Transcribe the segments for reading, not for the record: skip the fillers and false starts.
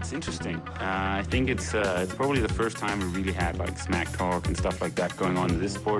It's interesting. I think it's probably the first time we really had like smack talk and stuff like that going on in this sport.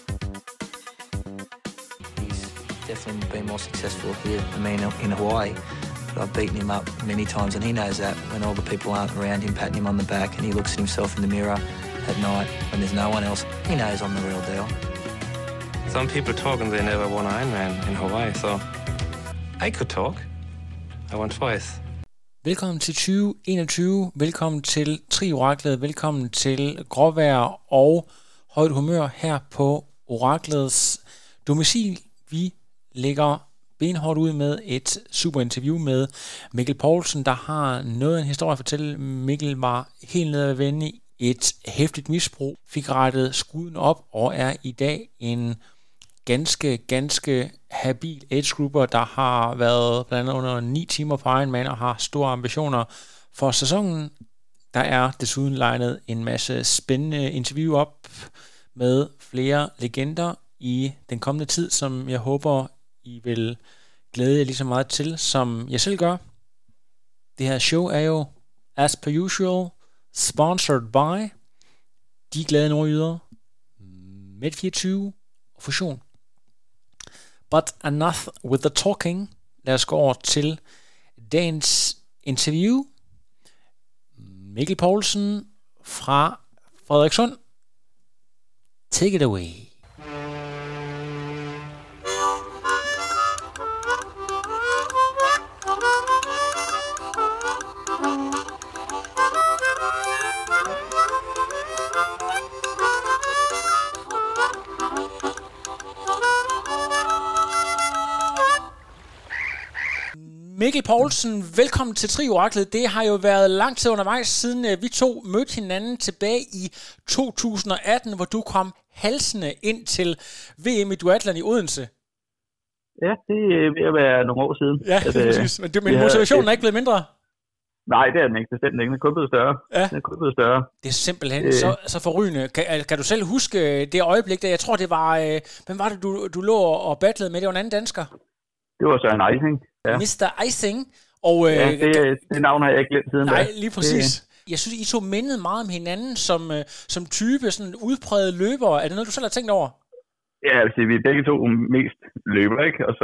He's definitely been more successful here than me in Hawaii. But I've beaten him up many times, and he knows that when all the people aren't around him patting him on the back and he looks at himself in the mirror at night when there's no one else, he knows I'm the real deal. Some people talk and they never won Ironman in Hawaii, so I could talk. I won twice. Velkommen til 2021, velkommen til Tri-Oraklet, velkommen til gråvejr og højt humør her på Oraklets domicil. Vi lægger benhårdt ud med et super interview med Mikkel Poulsen, der har noget af en historie at fortælle. Mikkel var helt nede at vende i et heftigt misbrug, fik rettet skuden op og er i dag en ganske habil age-grupper, der har været blandt andet under 9 timer på Ironman og har store ambitioner for sæsonen. Der er desuden legnet en masse spændende interview op med flere legender i den kommende tid, som jeg håber, I vil glæde jer lige så meget til, som jeg selv gør. Det her show er jo, as per usual, sponsored by De Glade Nordjyder, Med24 og Fusion. But enough with the talking. Lad os gå over til dagens interview. Mikkel Poulsen fra Frederikssund. Take it away. Mikkel Poulsen, velkommen til Tri-Oraklet. Det har jo været lang tid undervejs, siden vi to mødte hinanden tilbage i 2018, hvor du kom halsende ind til VM i duatlon i Odense. Ja, det er ved at være nogle år siden. Ja, det er præcis. Men motivationen er ikke blevet mindre? Nej, det er den ikke. Bestemt ikke. Den er kun blevet større. Ja. Den er kun blevet større. Det er simpelthen så forrygende. Kan du selv huske det øjeblik, der jeg tror, det var... hvem var det, du lå og battlede med? Det var en anden dansker. Det var Søren Eising. Ja. Mr. Eising. Og, ja, det navn har jeg ikke glemt siden. Nej, lige præcis. Jeg synes, I to mindede meget om hinanden som type, sådan udpræget løber. Er det noget, du selv har tænkt over? Ja, jeg vil sige, vi er begge to mest løber, ikke? Og så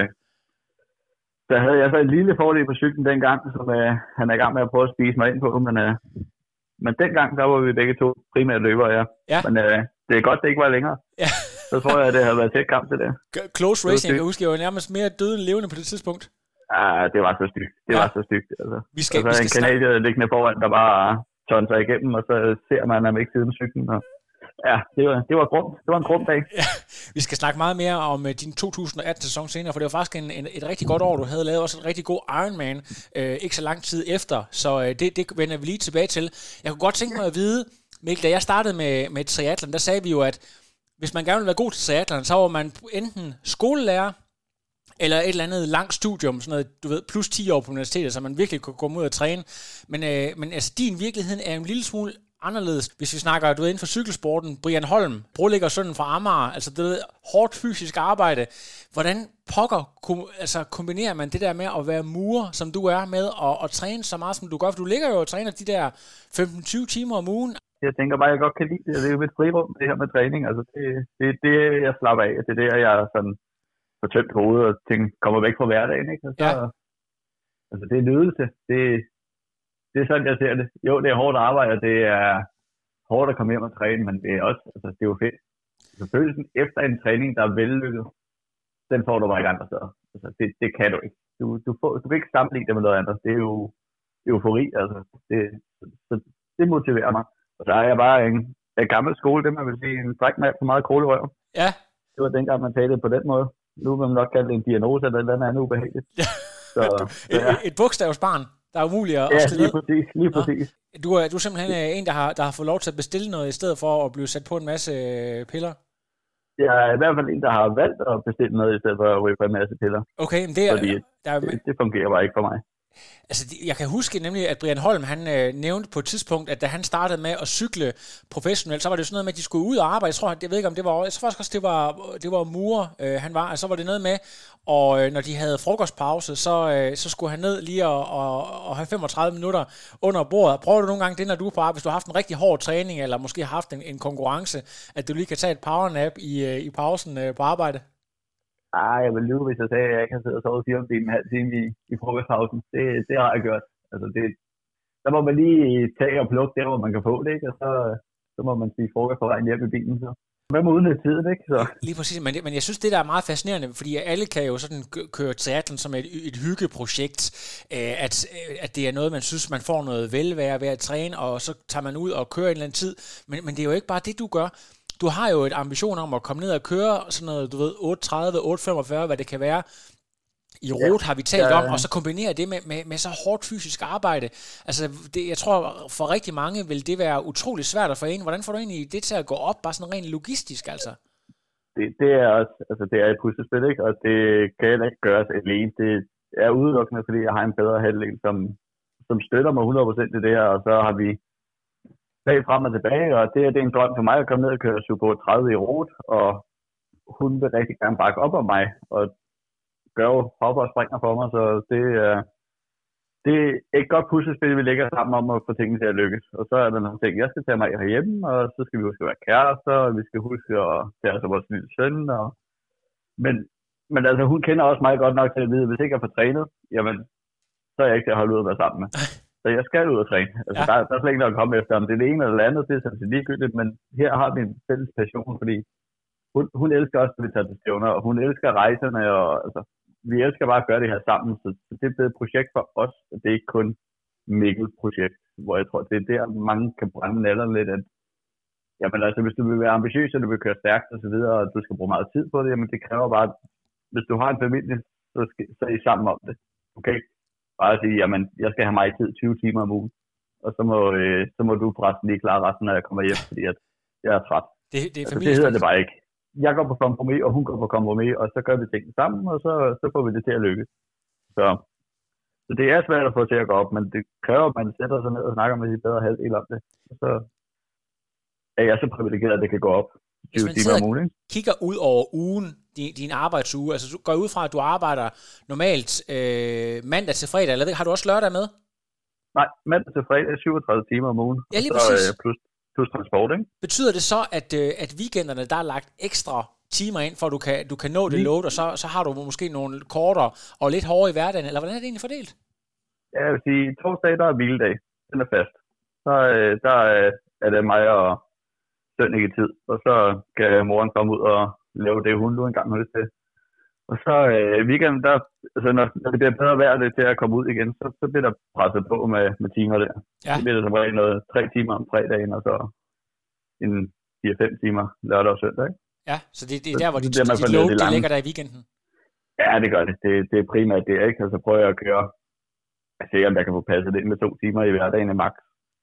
der havde jeg så en lille fordel på cyklen dengang, som han er i gang med at prøve at spise mig ind på. Men dengang, der var vi begge to primært løbere, ja. Men det er godt, det ikke var længere. Ja. Så tror jeg, at det har været tæt kamp til det. Close racing, jeg kan huske, jeg var nærmest mere død end levende på det tidspunkt. Ja, det var så stygt. Det var så stygt. Altså. Vi skal en kanadier liggende foran, der bare tørner sig igennem, og så ser man ham ikke siden cyklen. Og ja, det var grumt. Det var en grum dag. Ja, vi skal snakke meget mere om din 2018-sæson senere, for det var faktisk et rigtig godt år. Du havde lavet også en rigtig god Ironman, ikke så lang tid efter, så det vender vi lige tilbage til. Jeg kunne godt tænke mig at vide, Mikkel, da jeg startede med triathlon, der sagde vi jo, at hvis man gerne vil være god til triathlon, så var man enten skolelærer, eller et eller andet langt studium, sådan noget, du ved, plus 10 år på universitetet, så man virkelig kunne komme ud og træne. Men altså, din virkelighed er en lille smule anderledes. Hvis vi snakker, du ved, inden for cykelsporten, Brian Holm, brolæggersønnen fra Amager, altså det ved, hårdt fysisk arbejde. Hvordan pokker kombinerer man det der med at være murer, som du er, med at træne så meget, som du gør? For du ligger jo og træner de der 15-20 timer om ugen. Jeg tænker bare, jeg godt kan lide det. Det er jo mit frirum, det her med træning. Altså, det er det, jeg slapper af. Det er det, jeg sådan får tømt hovedet og ting kommer væk fra hverdagen. Ikke? Og så, altså, det er nydelse. Det er sådan, jeg ser det. Jo, det er hårdt arbejde, og det er hårdt at komme hjem og træne, men det er også, altså, det er jo fedt. Altså, følelsen efter en træning, der er vellykket, den får du bare ikke andre steder. Altså, det kan du ikke. Du kan ikke sammenligne det med noget andet. Det er jo eufori, altså. Det motiverer mig. Og så er jeg bare en gammel skole, det man vil sige, en fræk mand for meget kålerøv. Ja. Det var dengang, man talte på den måde. Nu vil man nok kalde det en diagnose, eller noget andet ubehageligt. Ja. Så, et bogstavsbarn, der er umuligt at stille ned. Lige præcis. Du er simpelthen en, der har fået lov til at bestille noget, i stedet for at blive sat på en masse piller? Jeg er i hvert fald en, der har valgt at bestille noget, i stedet for at ryge på en masse piller. Okay, men det fungerer bare ikke for mig. Altså, jeg kan huske nemlig, at Brian Holm, han nævnte på et tidspunkt, at da han startede med at cykle professionelt, så var det jo sådan noget med, at de skulle ud og arbejde. Jeg ved ikke, om det var... Jeg tror faktisk også, det var murer, han var. Altså, så var det noget med, og når de havde frokostpause, så skulle han ned lige og have 35 minutter under bordet. Prøver du nogle gange det, når du er på arbejde, hvis du har haft en rigtig hård træning, eller måske har haft en konkurrence, at du lige kan tage et powernap i pausen på arbejde? Jeg vil lyve, hvis jeg sagde, at jeg ikke har siddet og sovet 4,5 timer i frokostpausen. Det har jeg gjort. Altså der må man lige tage og plukke der, hvor man kan få det, ikke? Og så må man sige frokost på vejen hjem i bilen. Så. Hvad med uden tiden, ikke? Så. Lige præcis, men jeg synes, det der er meget fascinerende, fordi alle kan jo sådan køre triathlon som et hyggeprojekt, at det er noget, man synes, man får noget velvære ved at træne, og så tager man ud og kører en eller anden tid. Men det er jo ikke bare det, du gør. Du har jo et ambition om at komme ned og køre sådan noget, du ved, 8.30, 8.45, hvad det kan være. I rute har vi talt om, og så kombinere det med så hårdt fysisk arbejde. Altså, jeg tror, for rigtig mange vil det være utrolig svært at få ind. Hvordan får du egentlig det til at gå op, bare sådan rent logistisk, altså? Det er også, altså det er et puslespil, ikke? Og det kan heller ikke gøres alene. Det er udelukkende, fordi jeg har en bedre halvdel, som støtter mig 100% i det her, og så har vi bag frem og tilbage, og det er en drøm for mig at komme ned og køre Super 30 i rute, og hun vil rigtig gerne bakke op om mig, og gør jo hopper og springer for mig, så det er et godt puslespil, vi lægger sammen om at få tingene til at lykkes. Og så er der nogle ting, jeg skal tage mig herhjemme, og så skal vi huske at være kærester, og vi skal huske at tage os af vores lille søn. Men altså, hun kender også mig godt nok til at vide, at hvis ikke jeg får trænet, jamen, så er jeg ikke til at holde ud at være sammen med. Så jeg skal ud og træne. Altså, der er slet ikke noget at komme efter, om det er det ene eller det andet, det er sådan ligegyldigt, men her har vi en fælles passion, fordi hun elsker også, at vi tager til stævner, og hun elsker rejserne, og altså, vi elsker bare at gøre det her sammen, så det er blevet et projekt for os, og det er ikke kun Mikkels projekt, hvor jeg tror, det er der, mange kan brænde nallerne lidt, at jamen altså, hvis du vil være ambitiøs, og du vil køre stærkt og så videre, og du skal bruge meget tid på det, jamen det kræver bare, at hvis du har en familie, så er I sammen om det, okay? Bare at sige, jamen, jeg skal have mig i tid 20 timer om ugen, og så må du forresten lige klare resten, når jeg kommer hjem, fordi at jeg er træt. Det hedder det bare ikke. Jeg går på kompromis, og hun går på kompromis, og så gør vi tingene sammen, og så får vi det til at lykkes. Så det er svært at få til at gå op, men det kræver, at man sætter sig ned og snakker med sit bedre halvdel om det. Og så er jeg så privilegeret, at det kan gå op 20 timer om ugen. Kigger ud over ugen, din arbejdsuge, altså du går ud fra, at du arbejder normalt mandag til fredag, eller har du også lørdag med? Nej, mandag til fredag 37 timer om ugen. Ja, lige præcis. Plus transport, ikke? Betyder det så, at weekenderne, der er lagt ekstra timer ind, for at du kan nå det load, og så har du måske nogle kortere og lidt hårdere i hverdagen, eller hvordan er det egentlig fordelt? Ja, jeg vil sige, torsdag, der er hviledag. Den er fast. Så der er det mig og søn ikke i tid, og så kan moren komme ud og lave det, hun nu engang har lyst til. Og så weekenden, der, altså når det bliver bedre vejr det til at komme ud igen, så bliver der presset på med timer der. Ja. Så bliver det som regel noget 3 timer om fredagen, og så en 4-5 timer lørdag og søndag. Ikke? Ja, så det er der, hvor dit load det ligger der i weekenden? Ja, det gør det. Det er primært det, ikke? Og så prøver jeg at køre, at se om jeg kan få passet det ind med 2 timer i hverdagen i max.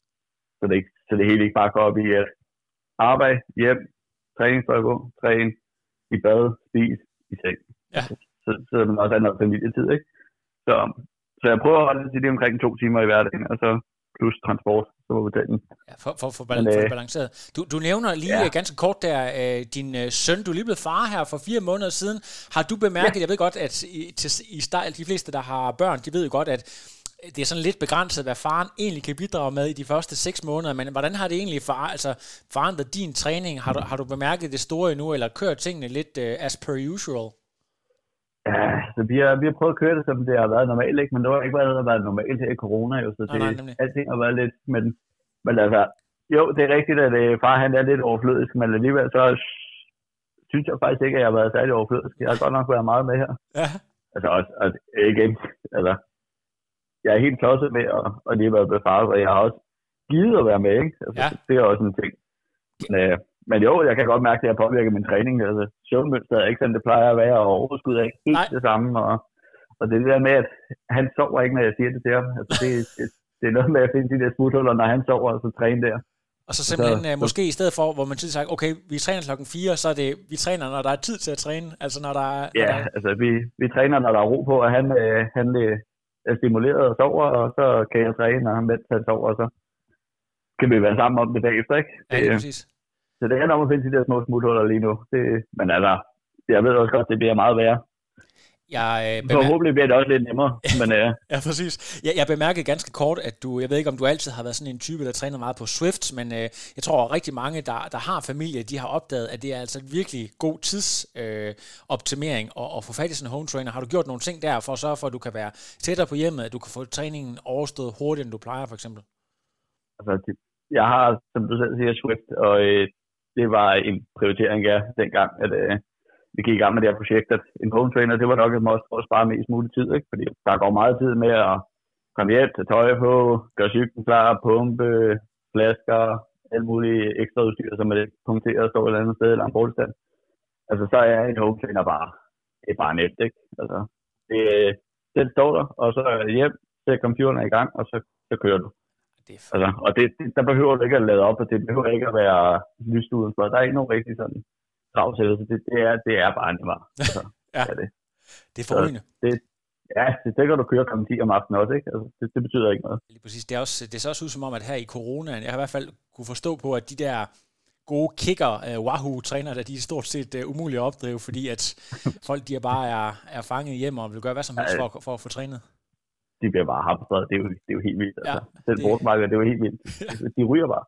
Så det hele ikke bare går op i at arbejde, hjem, træningstøj på, træne, i bad, spise, i seng. Ja. Så er man også af noget familietid, ikke? Så jeg prøver at holde det til det omkring 2 timer i hverdagen, og så plus transport, så må vi tage den. Ja, for balanceret. Du nævner lige ganske kort der, din søn, du er lige blevet far her for 4 måneder siden. Har du bemærket, jeg ved godt, at de fleste, der har børn, de ved jo godt, at det er sådan lidt begrænset, hvad faren egentlig kan bidrage med i de første 6 måneder, men hvordan har det egentlig forandret din træning? Har du bemærket det store endnu, eller kørt tingene lidt as per usual? Ja, så vi har prøvet at køre det, som det har været normalt, ikke? Men det har ikke været normalt her i corona, jo, så alting har været lidt, men altså, jo, det er rigtigt, at far han er lidt overflødisk, men alligevel så synes jeg faktisk ikke, at jeg har været særlig overflødisk. Jeg har godt nok været meget med her. Ja. Altså også, igen, altså, jeg er helt klodset med at lige være blevet far, og jeg har også givet at være med, ikke? Altså, det er også en ting. Men jo, jeg kan godt mærke, at det har påvirket min træning. Altså, søvnmønstret er ikke sådan, det plejer at være, og overskud er ikke helt det samme. Og det er det der med, at han sover ikke, når jeg siger det til ham. Altså, det er noget med at finde de der smuthuller, når han sover, og så træne der. Og så simpelthen måske i stedet for, hvor man tidligere sagt, okay, vi træner klokken 4, så er det, vi træner, når der er tid til at træne. Altså, når der er... Altså, vi træner, når der er ro på, og han er stimuleret og sover, og så kan jeg træne, og mens han sover, og så kan vi være sammen om det bagefter, ikke? Ja, det er præcis. Så det er nok at finde de der små smuthuller lige nu. Men altså, jeg ved også godt, det bliver meget værre. Forhåbentlig bliver det også lidt nemmere. Men, ja, præcis. Jeg bemærkede ganske kort, at jeg ved ikke, om du altid har været sådan en type, der træner meget på Swift, men jeg tror at rigtig mange, der har familie, de har opdaget, at det er altså en virkelig god tidsoptimering at få fat i sådan en home trainer. Har du gjort nogle ting der for at sørge for, at du kan være tættere på hjemmet, at du kan få træningen overstået hurtigere, end du plejer, for eksempel? Altså, jeg har, som du selv siger, Swift, og det var en prioritering, ja, dengang, at vi gik i gang med det her projekt, at en home trainer, det var nok et must for at spare mest mulig tid, ikke? Fordi der går meget tid med at komme hjem, tage tøj på, gøre cyklen klar, pumpe, flasker, alt muligt ekstra udstyr, som er punkteret og står et eller andet sted, eller en boldstand. Altså, så er en home trainer det er bare nemt, ikke? Altså, den står der, og så er det hjem, sætter computeren i gang, og så kører du. Altså, og der behøver du ikke at lade op, og det behøver ikke at være lyst udenfor. Der er ikke nogen rigtig sådan travsætter, så det er bare nemmere. Altså, ja, det er forrygende. Det kan du køre kl. 10 om aftenen også, ikke? Altså, det betyder ikke noget. Lige præcis. Det ser også ud som om, at her i coronaen, jeg har i hvert fald kunne forstå på, at de der gode kicker, Wahoo-træner, der de er stort set umulige at opdrive, fordi at folk de bare er fanget hjemme og vil gøre hvad som helst for at få trænet. De bliver bare hamstret. Det er jo helt vildt. Altså. Ja, det er jo helt vildt. De ryger bare.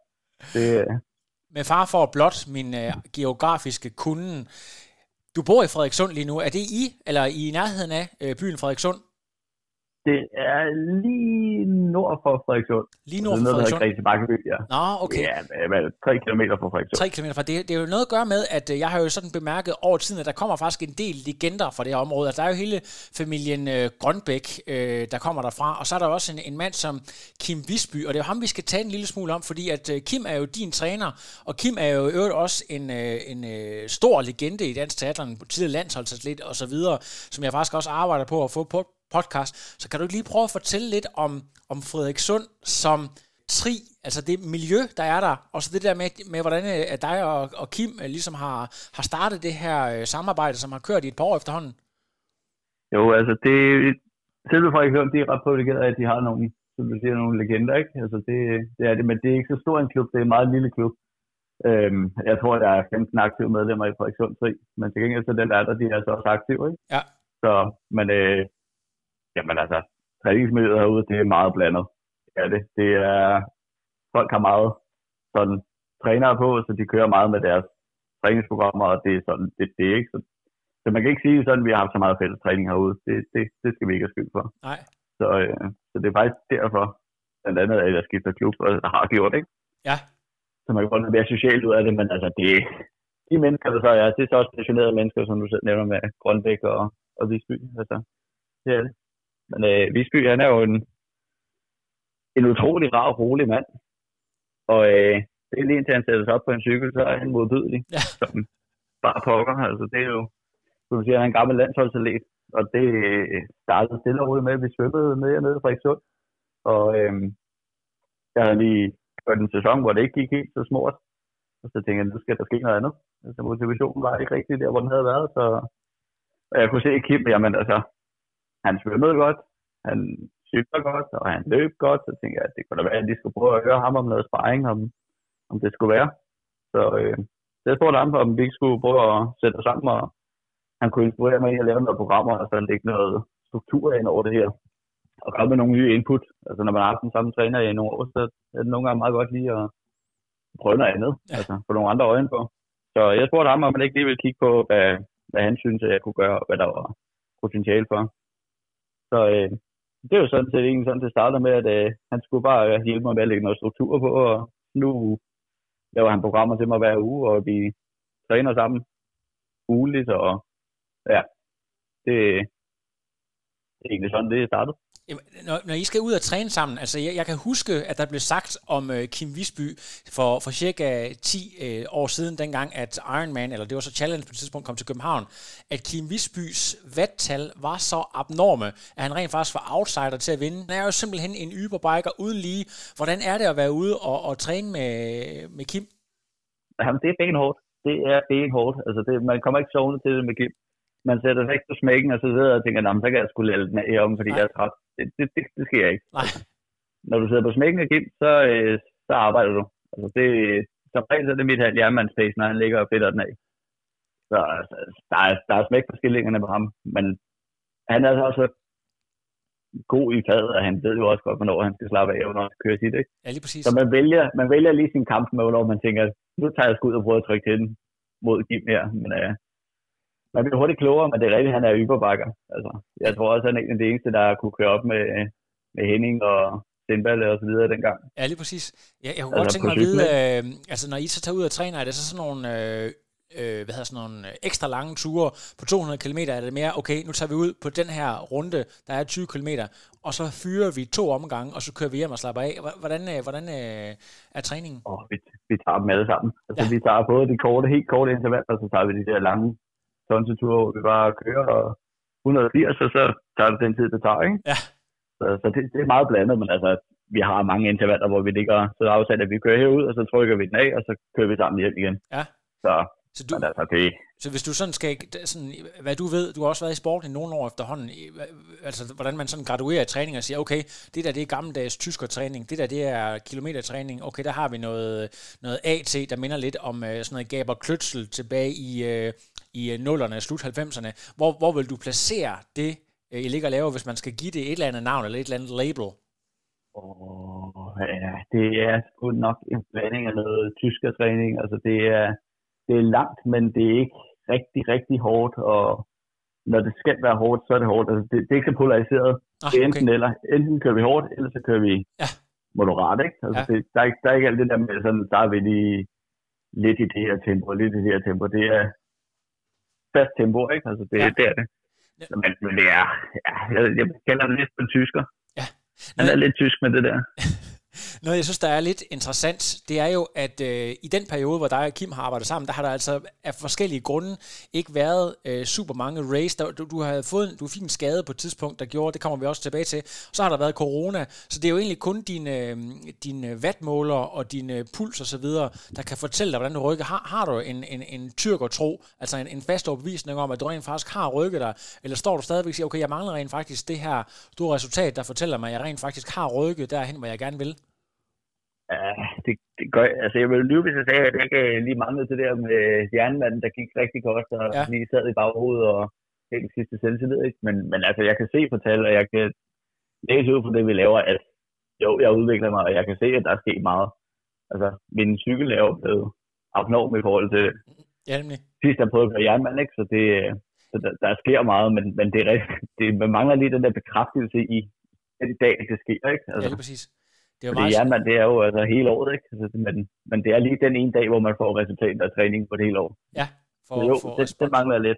Med far for blot min geografiske kunden. Du bor i Frederikssund lige nu. Er det eller i nærheden af byen Frederikssund? Det er lige nord for Frederikssund. Lige nord for Frederikssund? Det er Bakkeby, ja. Nå, okay. Ja, 3 kilometer fra Frederikssund. 3 kilometer fra. Det er jo noget at gøre med, at jeg har jo sådan bemærket over tiden, at der kommer faktisk en del legender fra det her område. Altså, der er jo hele familien Grønbæk, der kommer derfra. Og så er der også en mand som Kim Visby, og det er jo ham, vi skal tale en lille smule om, fordi at Kim er jo din træner, og Kim er jo i øvrigt også en stor legende i dansk teater, en tidligere landsholdsatlet og så videre, som jeg faktisk også arbejder på at få på podcast. Så kan du ikke lige prøve at fortælle lidt om Frederikssund som tri, altså det miljø, der er der, og så det der med hvordan dig og Kim ligesom har startet det her samarbejde, som har kørt i et par år efterhånden? Jo, altså selve Frederikssund, de er ret privilegeret, at de har nogle, som du siger, nogle legender, ikke? Altså det er det, men det er ikke så stor en klub, det er en meget lille klub. Jeg tror, der er 15 aktive medlemmer i Frederikssund tri, men til gengæld så den der, de er altså også aktive, ikke? Ja. Så, men jamen altså, træningsmiljøet herude, det er meget blandet. Ja, det er, folk har meget sådan trænere på, så de kører meget med deres træningsprogrammer, og det er sådan, det er ikke så man kan ikke sige sådan, at vi har haft så meget fælles træning herude. Det skal vi ikke have skyld for. Nej. Så det er faktisk derfor, blandt andet, at jeg skifter klub, og har gjort, ikke? Ja. Så man kan godt være socialt ud af det, men altså, de mennesker, der så er, det er så også passionerede mennesker, som du selv nævner med Grønbæk og Visby, altså, det er det. Men Visby, han er jo en utrolig rar og rolig mand. Og det er lige indtil han sætter sig op på en cykel, så er han modbydelig. Ja. Som bare pokker. Altså det er jo, som du siger, han er en gammel landsholdsatlet. Og det startede stille og roligt med, at vi svømmede nede i Frederikssund. Og jeg havde lige gjort en sæson, hvor det ikke gik helt så smurt. Og så tænkte jeg, nu skal der ske noget andet. Altså motivationen var ikke rigtig der, hvor den havde været. Så jeg kunne se Kim, jamen altså, han svømmede godt, han cykler godt, og han løb godt. Så tænkte jeg, at det kunne da være, at de skulle prøve at høre ham om noget sparring, om det skulle være. Så jeg spurgte ham, om vi ikke skulle prøve at sætte os sammen, og han kunne inspirere mig i at lave nogle programmer, og så lægge noget struktur ind over det her. Og komme med nogle nye input. Altså når man har haft den samme træner i nogle år, så er det nogle gange meget godt lige at prøve noget andet. Ja. Altså få nogle andre øjne på. Så jeg spurgte ham, om man ikke lige ville kigge på, hvad han synes, at jeg kunne gøre, og hvad der var potentiale for. Så det er jo sådan set egentlig sådan, det startede med, at han skulle bare hjælpe mig med at lægge noget struktur på, og nu laver han programmer til mig hver uge, og vi træner sammen ugeligt, og ja, det er egentlig sådan, det startede. Når I skal ud og træne sammen, altså jeg kan huske, at der blev sagt om Kim Visby for cirka 10 år siden, dengang at Ironman, eller det var så Challenge på et tidspunkt, kom til København, at Kim Visbys watttal var så abnorme, at han rent faktisk var outsider til at vinde. Han er jo simpelthen en yberbiker uden lige. Hvordan er det at være ude og træne med Kim? Jamen, det er benhårdt. Det er benhårdt. Altså man kommer ikke sovende til det med Kim. man sætter sig ikke på smækken, og så sidder og tænker, så kan jeg sgu lade den af om, fordi jeg er træt. Det sker ikke. Nej. Når du sidder på smækken og gym, så arbejder du. Altså som regel så er det mit halv jernmandspace, når han ligger og fedter den af. Så altså, der er smæk på skillingerne på ham, men han er også god i fadet, og han ved jo også godt, hvornår han skal slappe af, og hvornår han skal køre sit, ikke? Ja, lige præcis. Så man vælger lige sin kamp med, hvornår man tænker, nu tager jeg sgu ud og prøver at trykke til den mod Kim her, men man bliver hurtigt klogere, men det er rigtigt, han er yberbakker. Altså, jeg tror også, han er en af de eneste, der kunne køre op med Henning og Sindballe og så videre dengang. Ja, lige præcis. Jeg kunne godt tænke mig at vide, altså når I så tager ud og træner, er det så sådan nogle sådan nogle ekstra lange ture på 200 km, er det mere, okay, nu tager vi ud på den her runde, der er 20 km, og så fyrer vi 2 omgange, og så kører vi hjem og slapper af. Hvordan er træningen? Vi tager dem alle sammen. Altså, vi tager både de helt korte intervaller, og så tager vi de der lange tonseture, hvor vi bare kører 180, og så tager det den tid, det tager, ikke? Ja. Så det er meget blandet, men altså, vi har mange intervaller, hvor vi ligger, så er afsat, at vi kører herud, og så trykker vi den af, og så kører vi sammen hjem igen. Ja. Så hvis du sådan skal, sådan, hvad du ved, du har også været i sporten i nogle år efterhånden, altså hvordan man sådan graduerer i træning og siger, okay, det der det er gammeldags tyskertræning, det der det er kilometertræning, okay, der har vi noget AT, der minder lidt om sådan noget Gaber Kløtsel tilbage i 0'erne, slut 90'erne. Hvor vil du placere det, I ligger og laver, hvis man skal give det et eller andet navn eller et eller andet label? Ja, det er sgu nok en blanding af noget tyskertræning, altså det er langt, men det er ikke rigtig, rigtig hårdt, og når det skal være hårdt, så er det hårdt. Altså, det er ikke så polariseret. Det er enten eller. Enten kører vi hårdt, eller så kører vi moderat, ikke? Altså, der er ikke alt det der med, sådan, der er vi lige lidt i det her tempo, lidt i det her tempo. Det er fast tempo, ikke? Altså, det er det. Men det er, jeg kalder det lidt på tysker. Ja. Han er lidt tysk med det der. Noget, jeg synes, der er lidt interessant, det er jo, at i den periode, hvor dig og Kim har arbejdet sammen, der har der altså af forskellige grunde ikke været super mange race. Du fik en skade på et tidspunkt, der gjorde, det kommer vi også tilbage til. Så har der været corona, så det er jo egentlig kun din wattmåler og din puls og så videre, der kan fortælle dig, hvordan du rykker. Har du en tyrkertro, altså en fast overbevisning om, at du rent faktisk har rykket dig, eller står du stadigvæk og siger, okay, jeg mangler rent faktisk det her store resultat, der fortæller mig, at jeg rent faktisk har rykket derhen, hvor jeg gerne vil? Ja, det gør jeg. Altså, jeg ville lyve, hvis jeg sagde, at jeg ikke lige manglede det der med jernmanden, der gik rigtig godt, og lige sad i baghovedet og helt sidste selvtillid, ikke? Men altså, jeg kan se på tal, og jeg kan læse ud på det, vi laver, at jo, jeg udvikler mig, og jeg kan se, at der er sket meget. Altså, min cykel er jo blevet abnorm i forhold til sidst, jeg prøvede at gøre jernmand, ikke? Så der sker meget, men det er rigtigt. Man mangler lige den der bekræftelse i den dag, det sker, ikke? Altså, ja, præcis. Fordi jernmand, det er jo altså hele året, ikke? Altså, men det er lige den ene dag, hvor man får resultater af træning på det hele år. Ja, det mangler lidt.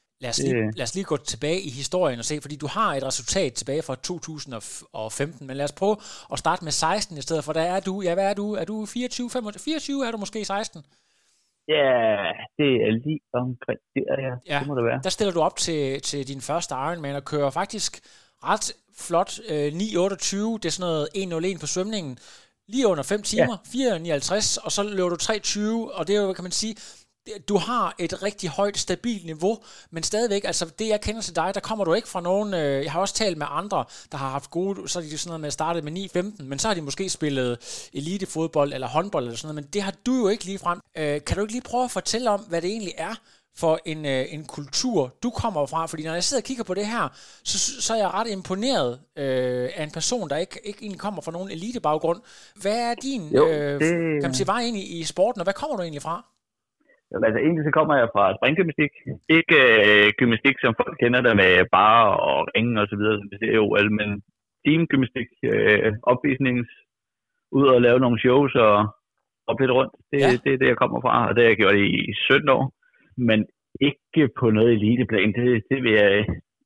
Lad os lige gå tilbage i historien og se, fordi du har et resultat tilbage fra 2015, men lad os prøve at starte med 16 i stedet for. Der er du, hvad er du? Er du 24, 25? 24 er du måske 16? Ja, det er lige omkring der, ja. Det må det være. Der stiller du op til din første Ironman og kører faktisk ret flot 9.28, det er sådan noget 1.01 på svømningen, lige under 5 timer, 4.59, og så løber du 3.20, og det er jo, kan man sige, du har et rigtig højt, stabilt niveau, men stadigvæk, altså det jeg kender til dig, der kommer du ikke fra nogen, jeg har også talt med andre, der har haft gode, så er de sådan noget med at starte med 9.15, men så har de måske spillet elitefodbold eller håndbold eller sådan noget, men det har du jo ikke lige frem. Kan du ikke lige prøve at fortælle om, hvad det egentlig er for en kultur, du kommer fra? Fordi når jeg sidder og kigger på det her, så er jeg ret imponeret af en person, der ikke egentlig kommer fra nogen elitebaggrund. Hvad er din kan man sige, vej ind i sporten, og hvad kommer du egentlig fra? Altså egentlig så kommer jeg fra springgymnastik. Ikke gymnastik, som folk kender der med bare og ringen og så videre, som det er jo, men teamgymnastik, opvisnings, ud og lave nogle shows og op lidt rundt. Det er det, jeg kommer fra, og det har jeg gjort i 17 år. Men ikke på noget eliteplan. Det vil jeg,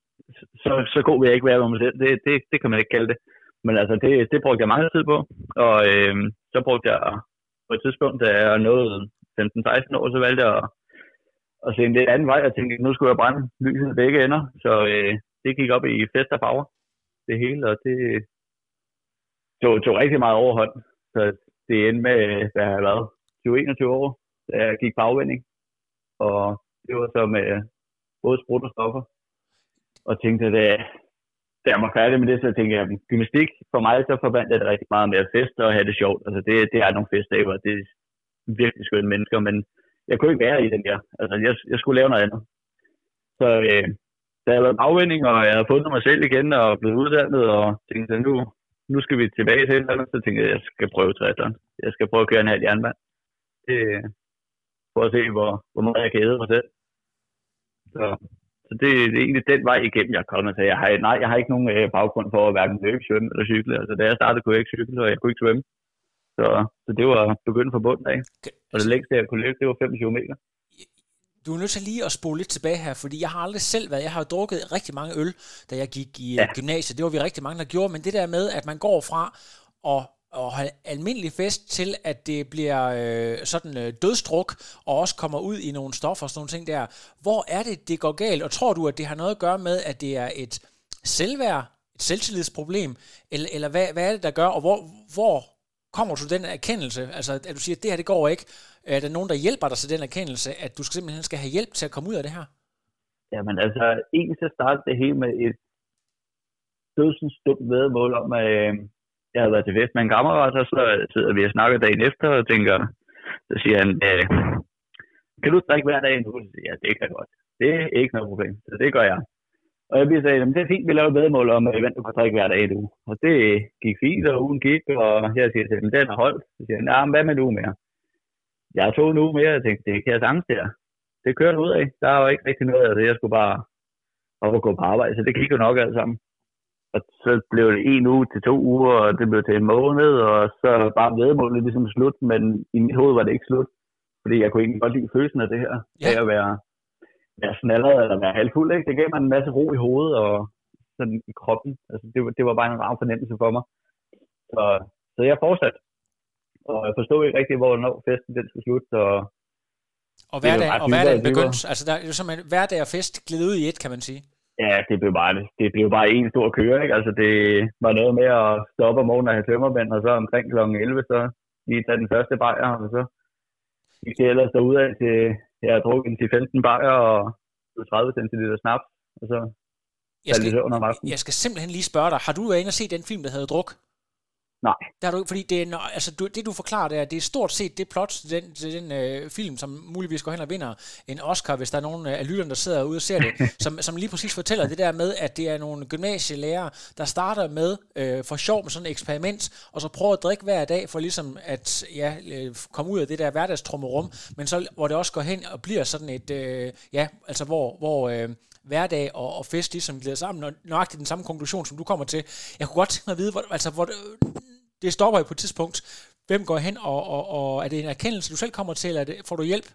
så god vil jeg ikke være med mig selv. Det kan man ikke kalde det. Men altså, det brugte jeg meget tid på. Og så brugte jeg på et tidspunkt, da jeg nåede 15-16 år, så valgte jeg at se en lidt anden vej. Jeg tænkte, nu skulle jeg brænde lyset begge ender. Så det gik op i fest og farver. Det hele, og det tog rigtig meget overhånd. Så det endte med, da jeg havde været 20-21 år, da jeg gik på afvinding. Og det var så med både sprut og stoffer. Og tænkte, at da jeg var færdig med det, så tænkte jeg, at gymnastik for mig, så forbandt jeg det rigtig meget med at feste og have det sjovt. Altså det er nogle festdager, det er virkelig skønne mennesker, men jeg kunne ikke være i den der. Altså jeg skulle lave noget andet. Så da jeg var afvinding, og jeg havde fundet mig selv igen og blevet uddannet, og tænkte, nu skal vi tilbage til et eller andet, så tænkte jeg, at jeg skal prøve triathlon. Jeg skal prøve at køre en halv jernbane. For at se, hvor meget jeg kan æde mig selv. Så det er egentlig den vej igennem, jeg er kommet til. Jeg har ikke nogen baggrund for at hverken løbe, svømme eller cykle. Altså da jeg startede, kunne jeg ikke cykle, og jeg kunne ikke svømme. Så det var begyndt fra bunden af. Og det længste, jeg kunne løbe, det var 25 meter. Du er nødt til lige at spole lidt tilbage her, fordi jeg har aldrig selv været, jeg har jo drukket rigtig mange øl, da jeg gik i gymnasiet. Det var vi rigtig mange, der gjorde, men det der med, at man går fra og have almindelig fest til, at det bliver sådan dødsdruk, og også kommer ud i nogle stoffer og sådan nogle ting der. Hvor er det går galt? Og tror du, at det har noget at gøre med, at det er et selvværd, et selvtillidsproblem, eller hvad er det, der gør, og hvor kommer du til den erkendelse? Altså, at du siger, at det her, det går ikke. Er der nogen, der hjælper dig til den erkendelse, at du simpelthen skal have hjælp til at komme ud af det her? Jamen altså, egentlig så startede det hele med et dødsens dumt vedmål om, at jeg havde været til fest med en kammerat, og så sidder vi og snakker dagen efter, og tænker, så siger han, kan du drikke hver dag nu? Så siger jeg, det kan jeg godt. Det er ikke noget problem, så det gør jeg. Og jeg bliver sagt, det er fint, vi laver et vedmål om, at du kan drikke hver dag i en uge. Og det gik fint, og ugen gik, og jeg siger til dem, den er holdt. Så siger han, men hvad med en uge mere? Jeg tog en uge mere, og jeg tænkte, det kan jeg sagtens der. Det kørte ud af. Der var ikke rigtig noget af det. Jeg skulle bare op og gå på arbejde, så det gik jo nok alt sammen. Og så blev det 1 uge til 2 uger, og det blev til en måned, og så bare vedmålet ligesom slut, men i mit hoved var det ikke slut. Fordi jeg kunne egentlig godt lide følelsen af det her. Ja. Af at være snallet eller være halvfuld, ikke? Det gav mig en masse ro i hovedet og sådan i kroppen. Altså det var bare en rar fornemmelse for mig. Så jeg fortsatte. Og jeg forstod ikke rigtig, hvornår festen den skulle slutte. Og hverdagen begyndte, altså der er som en hverdag og fest glidet ud i et, kan man sige. Ja, det blev bare en stor køre, ikke? Altså det var noget med at stoppe om morgenen og have tømmermænd, og så omkring kl. 11, så lige tage den første bajer, og så gik det ellers derudad til, jeg har drukket til 15 bajer og 30 cm snaps, og så faldt det søvn om aftenen. Jeg skal simpelthen lige spørge dig, har du været inde og set den film, der hedder Druk? Nej. Der er du, fordi det du forklarer, det er stort set det plot til den film, som muligvis går hen og vinder en Oscar, hvis der er nogen af lytterne, der sidder ude og ser det, som lige præcis fortæller det der med, at det er nogle gymnasielærere, der starter med for sjov med sådan et eksperiment, og så prøver at drikke hver dag for ligesom at komme ud af det der hverdagstrummerum, men så hvor det også går hen og bliver sådan et altså hvor hverdag og fest ligesom glider sammen, og nøjagtigt den samme konklusion, som du kommer til. Jeg kunne godt tænke mig at vide, hvor det stopper jo på et tidspunkt. Hvem går hen, og er det en erkendelse, du selv kommer til, eller får du hjælp?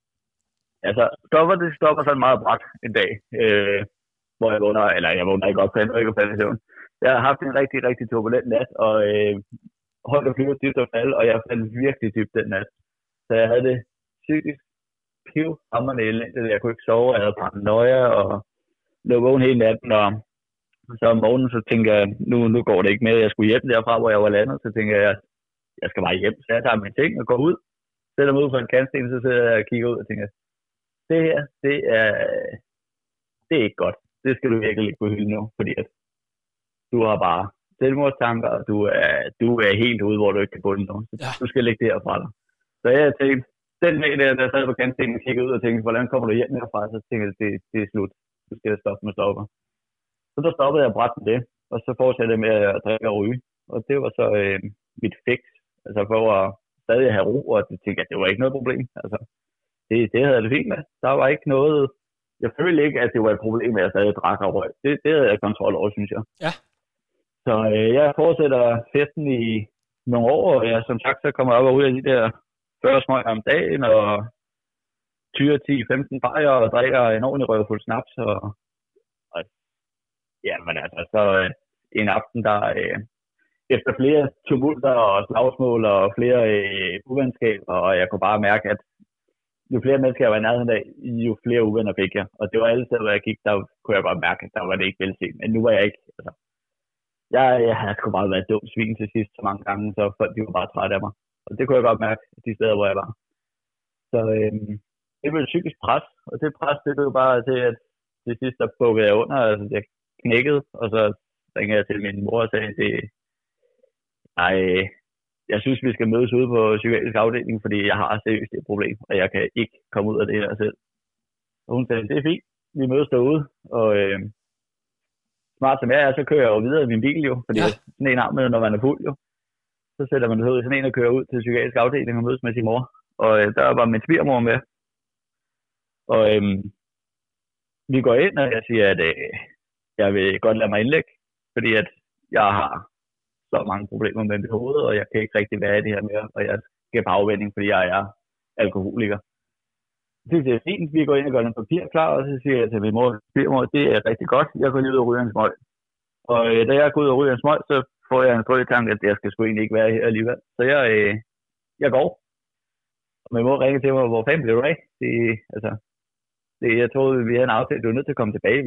Altså, det stopper sådan meget brat en dag, hvor jeg vågner ikke op, ikke falde i søvn. Jeg har haft en rigtig, rigtig turbulent nat, og holdt og flyver dybt og falde, og jeg faldt virkelig dybt den nat. Så jeg havde det psykisk pivhamrende elendigt. Jeg kunne ikke sove, jeg havde paranoia, og lå vågen hele natten, og så om morgenen, så tænker jeg, nu går det ikke mere. Jeg skulle hjem derfra, hvor jeg var landet, så tænker jeg skal bare hjem. Så jeg tager mine ting og går ud, sætter mig ud på en kantsten, så sidder jeg og kigger ud og tænker, det her, det er ikke godt. Det skal du virkelig ikke kunne hylde nu, fordi at du har bare selvmordstanker, og du er helt ude, hvor du ikke kan gå den nu. Du skal lægge det her fra dig. Så jeg tænkte, den dag der jeg sad på kantstenen og kiggede ud og tænkte, hvordan kommer du hjem herfra? Så tænkte jeg, det er slut. Du skal stoppe med stopper. Så der stoppede jeg bræt med det, og så fortsatte jeg med at drikke og ryge. Og det var så mit fix, altså for at stadig have ro, og det tænkte jeg, det var ikke noget problem. Altså, det havde jeg det fint med. Der var ikke noget, jeg følte ikke, at det var et problem, at jeg stadig drak og røg. Det havde jeg kontrol over, synes jeg. Ja. Så jeg fortsætter festen i nogle år, og jeg som sagt, så kommer jeg op og ud af de der 40 smøg om dagen, og tyrer 10-15 bajer, og drikker en ordentlig røvfuld snaps, og ja, men altså, så en aften, der efter flere tumulter og slagsmål og flere uvenskaber, og jeg kunne bare mærke, at jo flere mennesker jeg var i nærheden af, jo flere uvenner fik jeg. Og det var alle steder, hvor jeg gik, der kunne jeg godt mærke, at der var det ikke velset. Men nu var jeg ikke, altså, jeg havde sgu bare været dum svin til sidst så mange gange, så folk de var bare trætte af mig. Og det kunne jeg godt mærke, de steder, hvor jeg var. Så det blev et psykisk pres, og det pres, det blev bare til, at til sidst der bukkede jeg under, altså jeg knækkede, og så ringede jeg til min mor og sagde, jeg synes, vi skal mødes ude på psykiatrisk afdeling, fordi jeg har seriøst et problem, og jeg kan ikke komme ud af det her selv. Og hun sagde, det er fint, vi mødes derude, og smart som jeg er, så kører jeg jo videre i min bil jo, fordi sådan en arm med, når man er fuld jo. Så sætter man ud i sådan en og kører ud til psykiatrisk afdeling og mødes med sin mor. Og der var min svigermor med. Og vi går ind, og jeg siger, at jeg vil godt lade mig indlægge, fordi at jeg har så mange problemer med mit hoved, og jeg kan ikke rigtig være i det her mere, og jeg skal på afvænning, fordi jeg er alkoholiker. Det er fint, vi går ind og gør den papir klar, og så siger jeg til min mor, det er rigtig godt, jeg går lige ud og ryger en smøg. Og da jeg går ud og ryger en smøg, så får jeg en frø tanke, at jeg skal sgu egentlig ikke være her alligevel. Så jeg går. Og min mor ringer til mig, hvor fanden blev du af? Jeg troede, vi havde en aftale, du er nødt til at komme tilbage.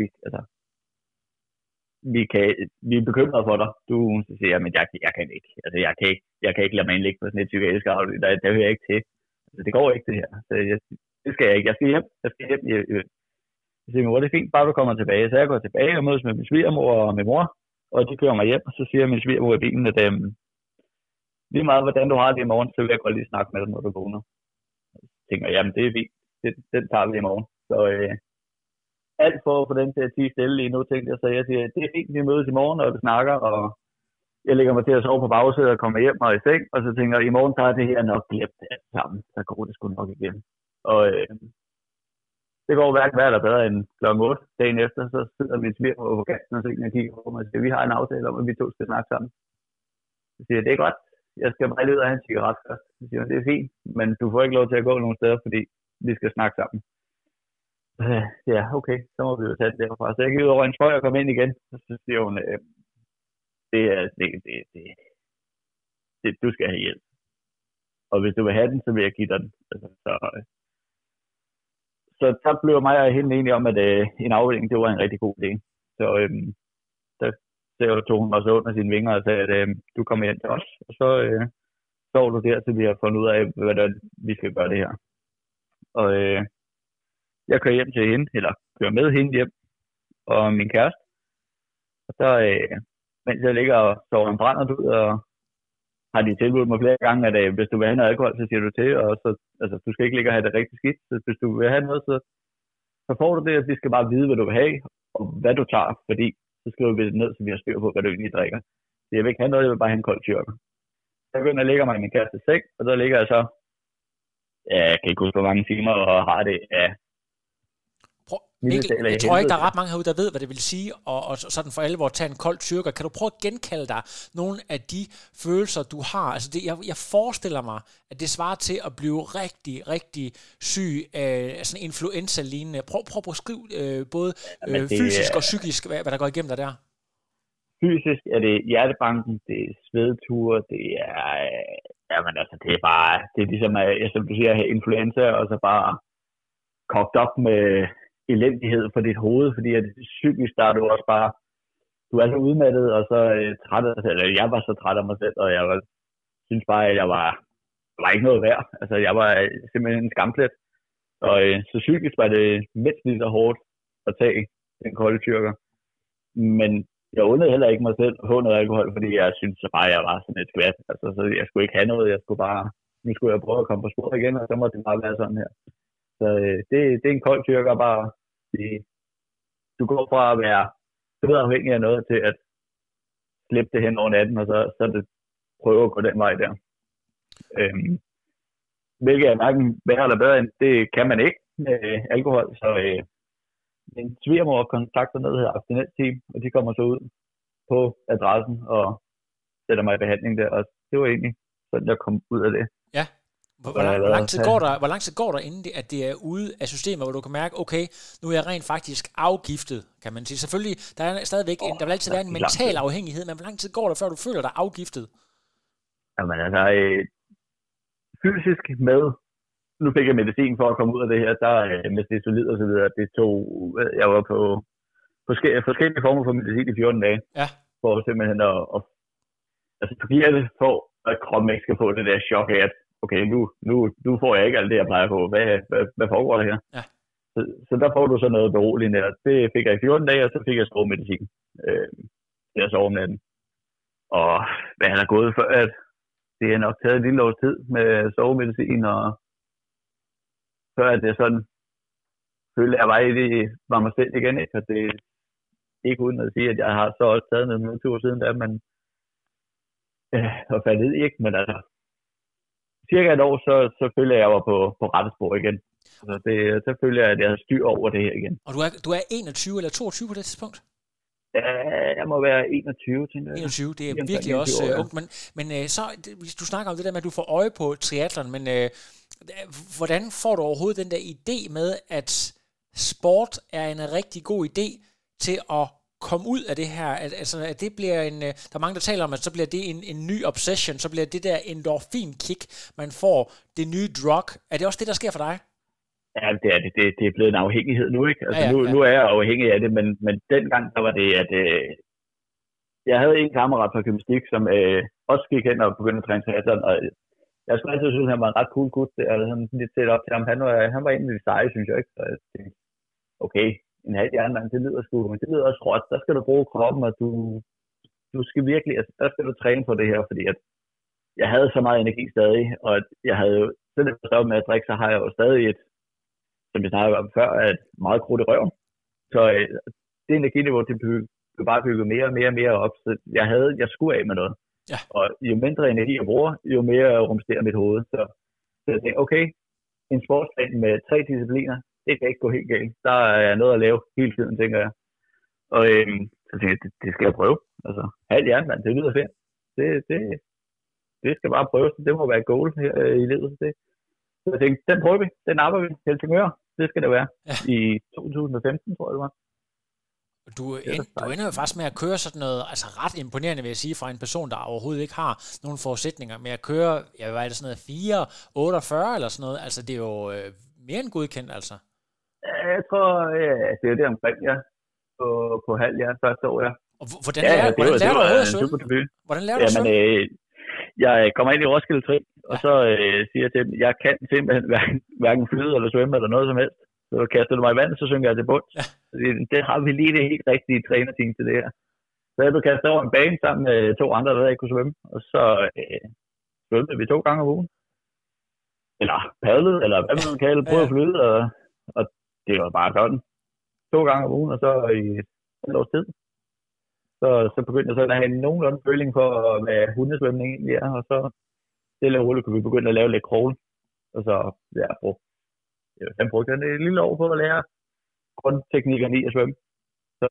Vi er bekymrede for dig. Du siger, men jeg kan ikke. Altså, jeg kan ikke lade mig indlægge på sådan et psykiatrisk afdeling. Der hører jeg ikke til. Altså, det går ikke det her. Så det skal jeg ikke. Jeg skal hjem. Jeg siger, mor, det er fint, bare du kommer tilbage. Så jeg går tilbage og mødes med min svigermor og min mor. Og de kører mig hjem, og så siger min svigermor i bilen, at lige meget, hvordan du har det i morgen, så vil jeg godt lige snakke med dig, når du vågner. Jeg tænker, jamen det er fint. Den tager vi i morgen. Så alt for at få den til at tige stille lige nu, tænkte jeg, så jeg siger, det er fint, vi mødes i morgen, og vi snakker, og jeg lægger mig til at sove på bagsædet og kommer hjem og i seng, og så tænker jeg, i morgen tager det her nok glemt alt sammen, så går det sgu nok igen. Og det går hverken værd eller bedre end kl. 8 dagen efter, så sidder min svigermor på kanten og så kigger på mig og siger, vi har en aftale om, at vi to skal snakke sammen. Så siger jeg, det er godt, jeg skal bare lige ud og have en cigaret først. Så siger jeg, det er fint, men du får ikke lov til at gå nogen steder, fordi vi skal snakke sammen. Ja, okay, så må vi jo tage det derfra. Så jeg gik ud over en smøg og kom ind igen, og så siger hun, du skal have hjælp. Og hvis du vil have den, så vil jeg give dig den. Altså, så blev mig og hende enige om, at en afdeling, det var en rigtig god idé. Så der tog hun også under sine vinger og sagde, at du kommer hjem til os, og så sov du der, til vi har fundet ud af, hvordan vi skal gøre det her. Og jeg kører hjem til hende, eller kører med hende hjem, og min kæreste. Og så, mens jeg ligger og sover en brændert ud, og har de tilbudt mig flere gange, at hvis du vil have noget alkohol, så siger du til, og så, altså, du skal ikke ligge og have det rigtig skidt. Så hvis du vil have noget, så får du det, at vi skal bare vide, hvad du vil have, og hvad du tager, fordi så skriver vi det ned, så vi har styr på, hvad du egentlig drikker. Så jeg vil ikke have noget, jeg vil bare have en kold tyrker. Så begynder jeg at ligge mig i min kæreste seng, og så ligger jeg så, jeg kan ikke huske, hvor mange timer, og har det af Mikkel, jeg tror ikke, der er ret mange herude, der ved, hvad det vil sige, og sådan for alvor tage en kold tyrker. Kan du prøve at genkalde dig nogle af de følelser, du har? Altså jeg forestiller mig, at det svarer til at blive rigtig, rigtig syg af sådan en influenza-lignende. Prøv at beskrive både fysisk og psykisk, hvad der går igennem dig der. Fysisk er det hjertebanken, det er svedture, det er, jamen altså, det er ligesom, som du siger, at influenza, og så bare kogt op med elendighed for dit hoved, fordi at psykisk der er du også bare, du er så udmattet, og så træt af dig selv, eller jeg var så træt af mig selv, og jeg synes bare, at jeg var ikke noget værd. Altså, jeg var simpelthen en skamplet. Og så psykisk var det mindst lige så hårdt at tage den kolde tyrker. Men jeg undrede heller ikke mig selv at få noget alkohol, fordi jeg synes så bare, at jeg var sådan et skvat. Altså, så jeg skulle ikke have noget, nu skulle jeg prøve at komme på spor igen, og så måtte det bare være sådan her. Så det er en kold tyrker bare. Du går fra at være bedre afhængig af noget til at slippe det hen over natten, og så det prøve at gå den vej der. Hvilket er hverken værre eller bedre end, det kan man ikke med alkohol. Så min svigermor kontakter noget her abstinensteam, og de kommer så ud på adressen og sætter mig i behandling der. Og det var egentlig sådan, jeg kom ud af det. Ja. Hvor lang tid går der inden at det er ude af systemet, hvor du kan mærke, okay, nu er jeg rent faktisk afgiftet, kan man sige. Selvfølgelig, der er stadigvæk der vil altid være en mental afhængighed, men hvor lang tid går der, før du føler dig afgiftet? Jamen altså, fysisk med, nu fik jeg medicin for at komme ud af det her, der med stesolid og så videre, jeg var på forskellige former for medicin i 14 dage, for simpelthen altså du giver det for, at kroppen ikke skal få det der chok af, at okay, nu får jeg ikke alt det, jeg plejer på. Hvad foregår der her? Ja. Så der får du så noget beroligende, og det fik jeg i 14 dage, og så fik jeg sovemedicin. Jeg sov om natten. Og hvad er der gået for, at det har nok taget et lille års tid med sovemedicin, og før at jeg sådan følte, at jeg var mig selv igen, ikke? Og det er ikke uden at sige, at jeg har så også taget noget 20 år siden, da man var faldet i, ikke? Men altså, cirka et år, så følte jeg, at jeg var på rette spor igen. Så føler jeg, at jeg har styr over det her igen. Og du er 21 eller 22 på det tidspunkt? Ja, jeg må være 21, tænker jeg. 21, det er virkelig også ungt. Men så, hvis du snakker om det der med, at du får øje på triathlon, men hvordan får du overhovedet den der idé med, at sport er en rigtig god idé til at komme ud af det her? At det bliver der er mange, der taler om, at så bliver det en ny obsession, så bliver det der endorfin-kick, man får, det nye drug. Er det også det, der sker for dig? Ja, det er det. Det er blevet en afhængighed nu, ikke? Altså, nu er jeg afhængig af det, men dengang, der var det, at jeg havde en kammerat fra gymnastik, som også gik hen og begyndte at træne triathlon, og jeg skulle altid synes, at han var en ret cool gut. Jeg havde sådan lidt set op til ham. Han var en af de seje, synes jeg, ikke? Så jeg tænkte, okay, en halv jernmand, det lyder også råt. Der skal du bruge kroppen, og du skal virkelig, altså, der skal du træne på det her, fordi at jeg havde så meget energi stadig, og jeg havde jo, selvom jeg stoppede med at drikke, så har jeg jo stadig som jeg snakkede om før, et meget krudt i røven. Så det energiniveau, det blev bare bygget mere op, så jeg skulle af med noget. Ja. Og jo mindre energi jeg bruger, jo mere rumsterer mit hoved. Så jeg tænkte, okay, en sportsplan med 3 discipliner, det kan ikke gå helt galt. Der er noget at lave hele tiden, tænker jeg. Og så tænkte jeg, det skal jeg prøve. Altså, halv jernmand, det lyder fedt. Det skal bare prøves. Det må være et goal her i livet. Så jeg tænkte, den prøver vi. Den napper vi. Helsingør. Det skal det være. Ja. I 2015, tror jeg det var. Du ender jo faktisk med at køre sådan noget, altså ret imponerende, vil jeg sige, fra en person, der overhovedet ikke har nogen forudsætninger med at køre, hvad er det sådan noget, 4,48 eller sådan noget, altså det er jo mere end godkendt, altså. Jeg tror, det er det omkring, ja, på halv, ja, første år, ja. Og hvordan lærer du overhovedet at svømme? Hvordan lærer du at svømme? Jeg kommer ind i Roskilde Tri, og så siger jeg til dem, jeg kan simpelthen hverken flyde eller svømme eller noget som helst. Så kaster du mig i vandet, så synker jeg til bunds. Ja. Det har vi lige det helt rigtige trænerteam til det her. Så jeg blev kastet over en bane sammen med 2 andre, der ikke kunne svømme. Og så svømmede vi 2 gange om ugen. Eller padlede, eller hvad man kan kalde, prøvede at flyde. Og det var bare sådan. 2 gange om ugen, og så i et års tid. Så begyndte jeg så at have en nogenlunde føling for, hvad hundesvømning egentlig er. Og så stille og roligt kunne vi begynde at lave lidt crawl. Og så jeg brugte et lille år på at lære grundteknikkerne i at svømme. Så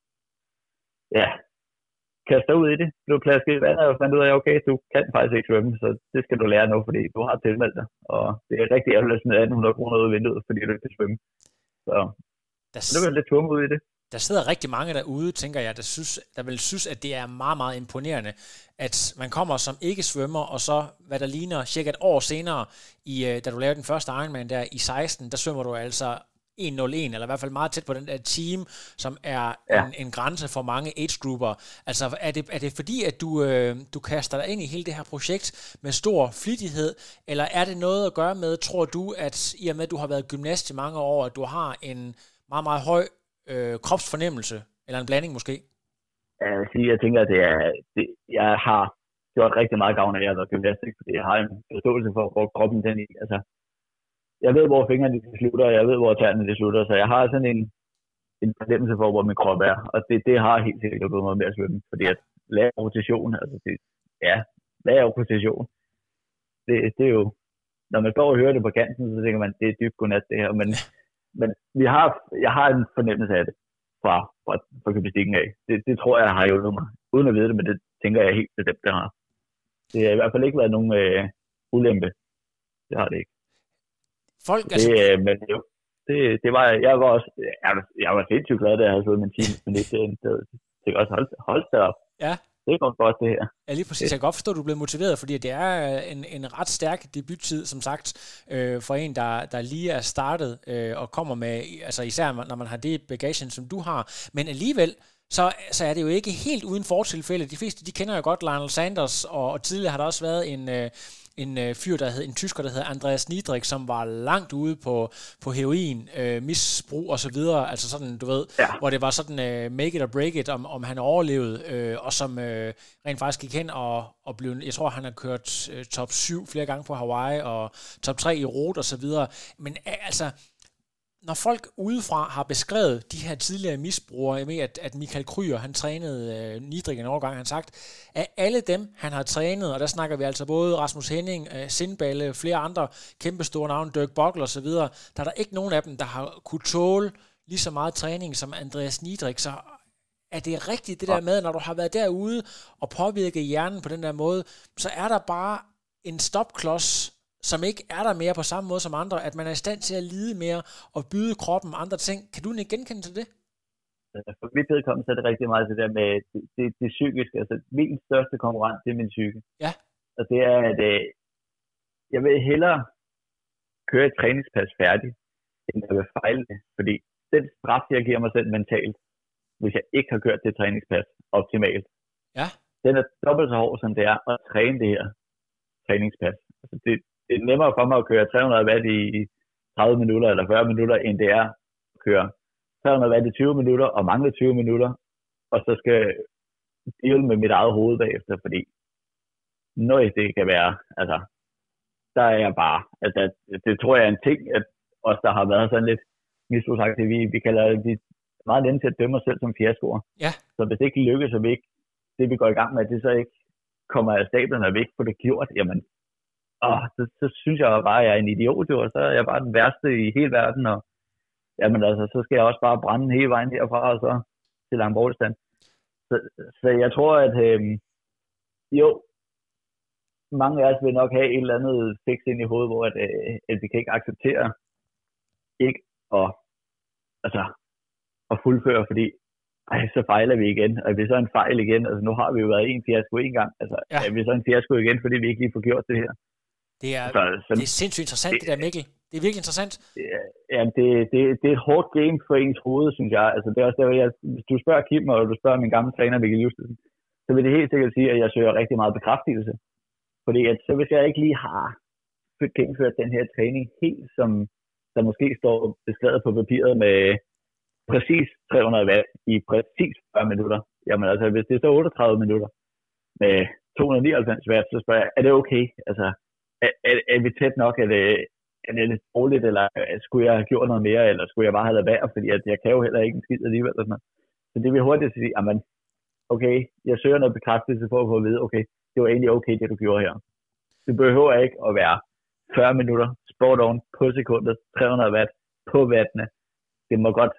ja, kaster ud i det. Blev plasket i vandet og fandt ud af, okay, du kan faktisk ikke svømme, så det skal du lære nu, fordi du har tilmeldt dig. Og det er rigtig ærgerligt at smide 1.800 kroner ud af vinduet, fordi du ikke kan svømme. Så det var lidt tvunget ud i det. Der sidder rigtig mange derude, tænker jeg, der vil synes, at det er meget, meget imponerende, at man kommer som ikke svømmer, og så, hvad der ligner cirka et år senere, da du lavede den første Ironman der i 16, der svømmer du altså 1.01, eller i hvert fald meget tæt på den der team, som er en grænse for mange age-grupper. Altså, er det fordi, at du kaster dig ind i hele det her projekt med stor flittighed, eller er det noget at gøre med, tror du, at i og med, at du har været gymnast i mange år, at du har en meget, meget høj kropsfornemmelse, eller en blanding måske? Jeg tænker, at jeg har gjort rigtig meget gavn af at være gymnastik, fordi jeg har en forståelse for, hvor kroppen den i. Altså, jeg ved, hvor fingrene de slutter, og jeg ved, hvor tæerne de slutter, så jeg har sådan en fornemmelse for, hvor min krop er, og det har helt sikkert hjulpet mig med at svømme, fordi at lære rotation, altså lære rotation, det er jo, når man står og hører det på kanten, så tænker man, det er dybt godnat det her, men jeg har en fornemmelse af det fra gymnastikken af. Det tror jeg har hjulpet mig, uden at vide det, men det tænker jeg helt bestemt, det har. Det har i hvert fald ikke været nogen ulempe. Det har det ikke. Det var, jeg var sindssygt glad, da jeg havde fået min team, men det kan også holde sig op. Ja. Det går godt, det her. Ja, lige præcis. Jeg kan godt forstå, at du er blevet motiveret, fordi det er en ret stærk debuttid, som sagt, for en, der lige er startet og kommer med, altså især når man har det bagagen, som du har. Men alligevel, så er det jo ikke helt uden fortilfælde. De fleste, de kender jo godt Lionel Sanders, og tidligere har der også været en fyr, en tysker, der hedder Andreas Niedrig, som var langt ude på heroin, misbrug og så videre, altså sådan, du ved, hvor det var sådan make it or break it, om han overlevede, og som rent faktisk gik hen og blev, jeg tror, han har kørt top 7 flere gange på Hawaii, og top 3 i rot og så videre, men altså, når folk udefra har beskrevet de her tidligere misbrugere, jeg ved, at Michael Krüger, han trænede Niedrig en overgang, han har sagt, at alle dem, han har trænet, og der snakker vi altså både Rasmus Henning, Sindballe, flere andre kæmpestore navne, Dirk Bockel og så videre, der er der ikke nogen af dem, der har kunne tåle lige så meget træning som Andreas Niedrig, så er det rigtigt det der med, når du har været derude og påvirket hjernen på den der måde, så er der bare en stopklods, som ikke er der mere på samme måde som andre, at man er i stand til at lide mere og byde kroppen andre ting. Kan du ikke genkende til det? For mit vedkommende så er det rigtig meget det der med det psykiske. Altså min største konkurrent, det er min psyke. Ja. Og det er, at jeg vil hellere køre et træningspas færdigt, end jeg vil fejle det. Fordi den straf, jeg giver mig selv mentalt, hvis jeg ikke har kørt det træningspas optimalt, den er dobbelt så hård, som det er at træne det her træningspas. Altså det er nemmere for mig at køre 300 watt i 30 minutter eller 40 minutter, end det er at køre 300 watt i 20 minutter og mangle 20 minutter, og så skal deal med mit eget hoved bagefter, fordi noget det kan være, altså, der er jeg bare, altså, det tror jeg er en ting, at os, der har været sådan lidt misbrugsagtigt, vi kalder det meget nemt til at dømme os selv som fiaskoer. Ja. Så hvis det ikke lykkes, og vi ikke, det vi går i gang med, det så ikke kommer af stablerne, og vi ikke får det gjort, jamen, så synes jeg bare, at jeg er en idiot, og så er jeg bare den værste i hele verden, og jamen altså, så skal jeg også bare brænde hele vejen herfra, og så til Langborgstand. Så jeg tror, at jo, mange af os vil nok have et eller andet fix ind i hovedet, hvor at vi kan ikke acceptere ikke at fuldføre, fordi så fejler vi igen, og hvis så er en fejl igen, altså nu har vi jo været en fiasko en gang, altså er vi så en fiasko igen, fordi vi ikke lige får gjort det her. Det er sindssygt interessant, det der, Mikkel. Det er virkelig interessant. Ja, det er et hårdt game for ens hoved, synes jeg. Altså, det er også der, hvis du spørger Kim, og du spørger min gamle træner, Mikkel Justesen, så vil det helt sikkert sige, at jeg søger rigtig meget bekræftelse. Fordi at, så hvis jeg ikke lige har gennemført den her træning helt, som der måske står beskrevet på papiret med præcis 300 watt i præcis 40 minutter, jamen altså, hvis det er så 38 minutter med 299 watt, så spørger jeg, er det okay? Altså, er vi tæt nok, er det lidt dårligt, eller skulle jeg have gjort noget mere, eller skulle jeg bare have lavet være, fordi at jeg kan jo heller ikke en skid alligevel. Eller sådan. Så det vil hurtigt sige, at okay, jeg søger noget bekræftelse for at få at vide, okay, det var egentlig okay, det du gjorde her. Det behøver ikke at være 40 minutter, spot on, på sekundet, 300 watt, på wattene. Det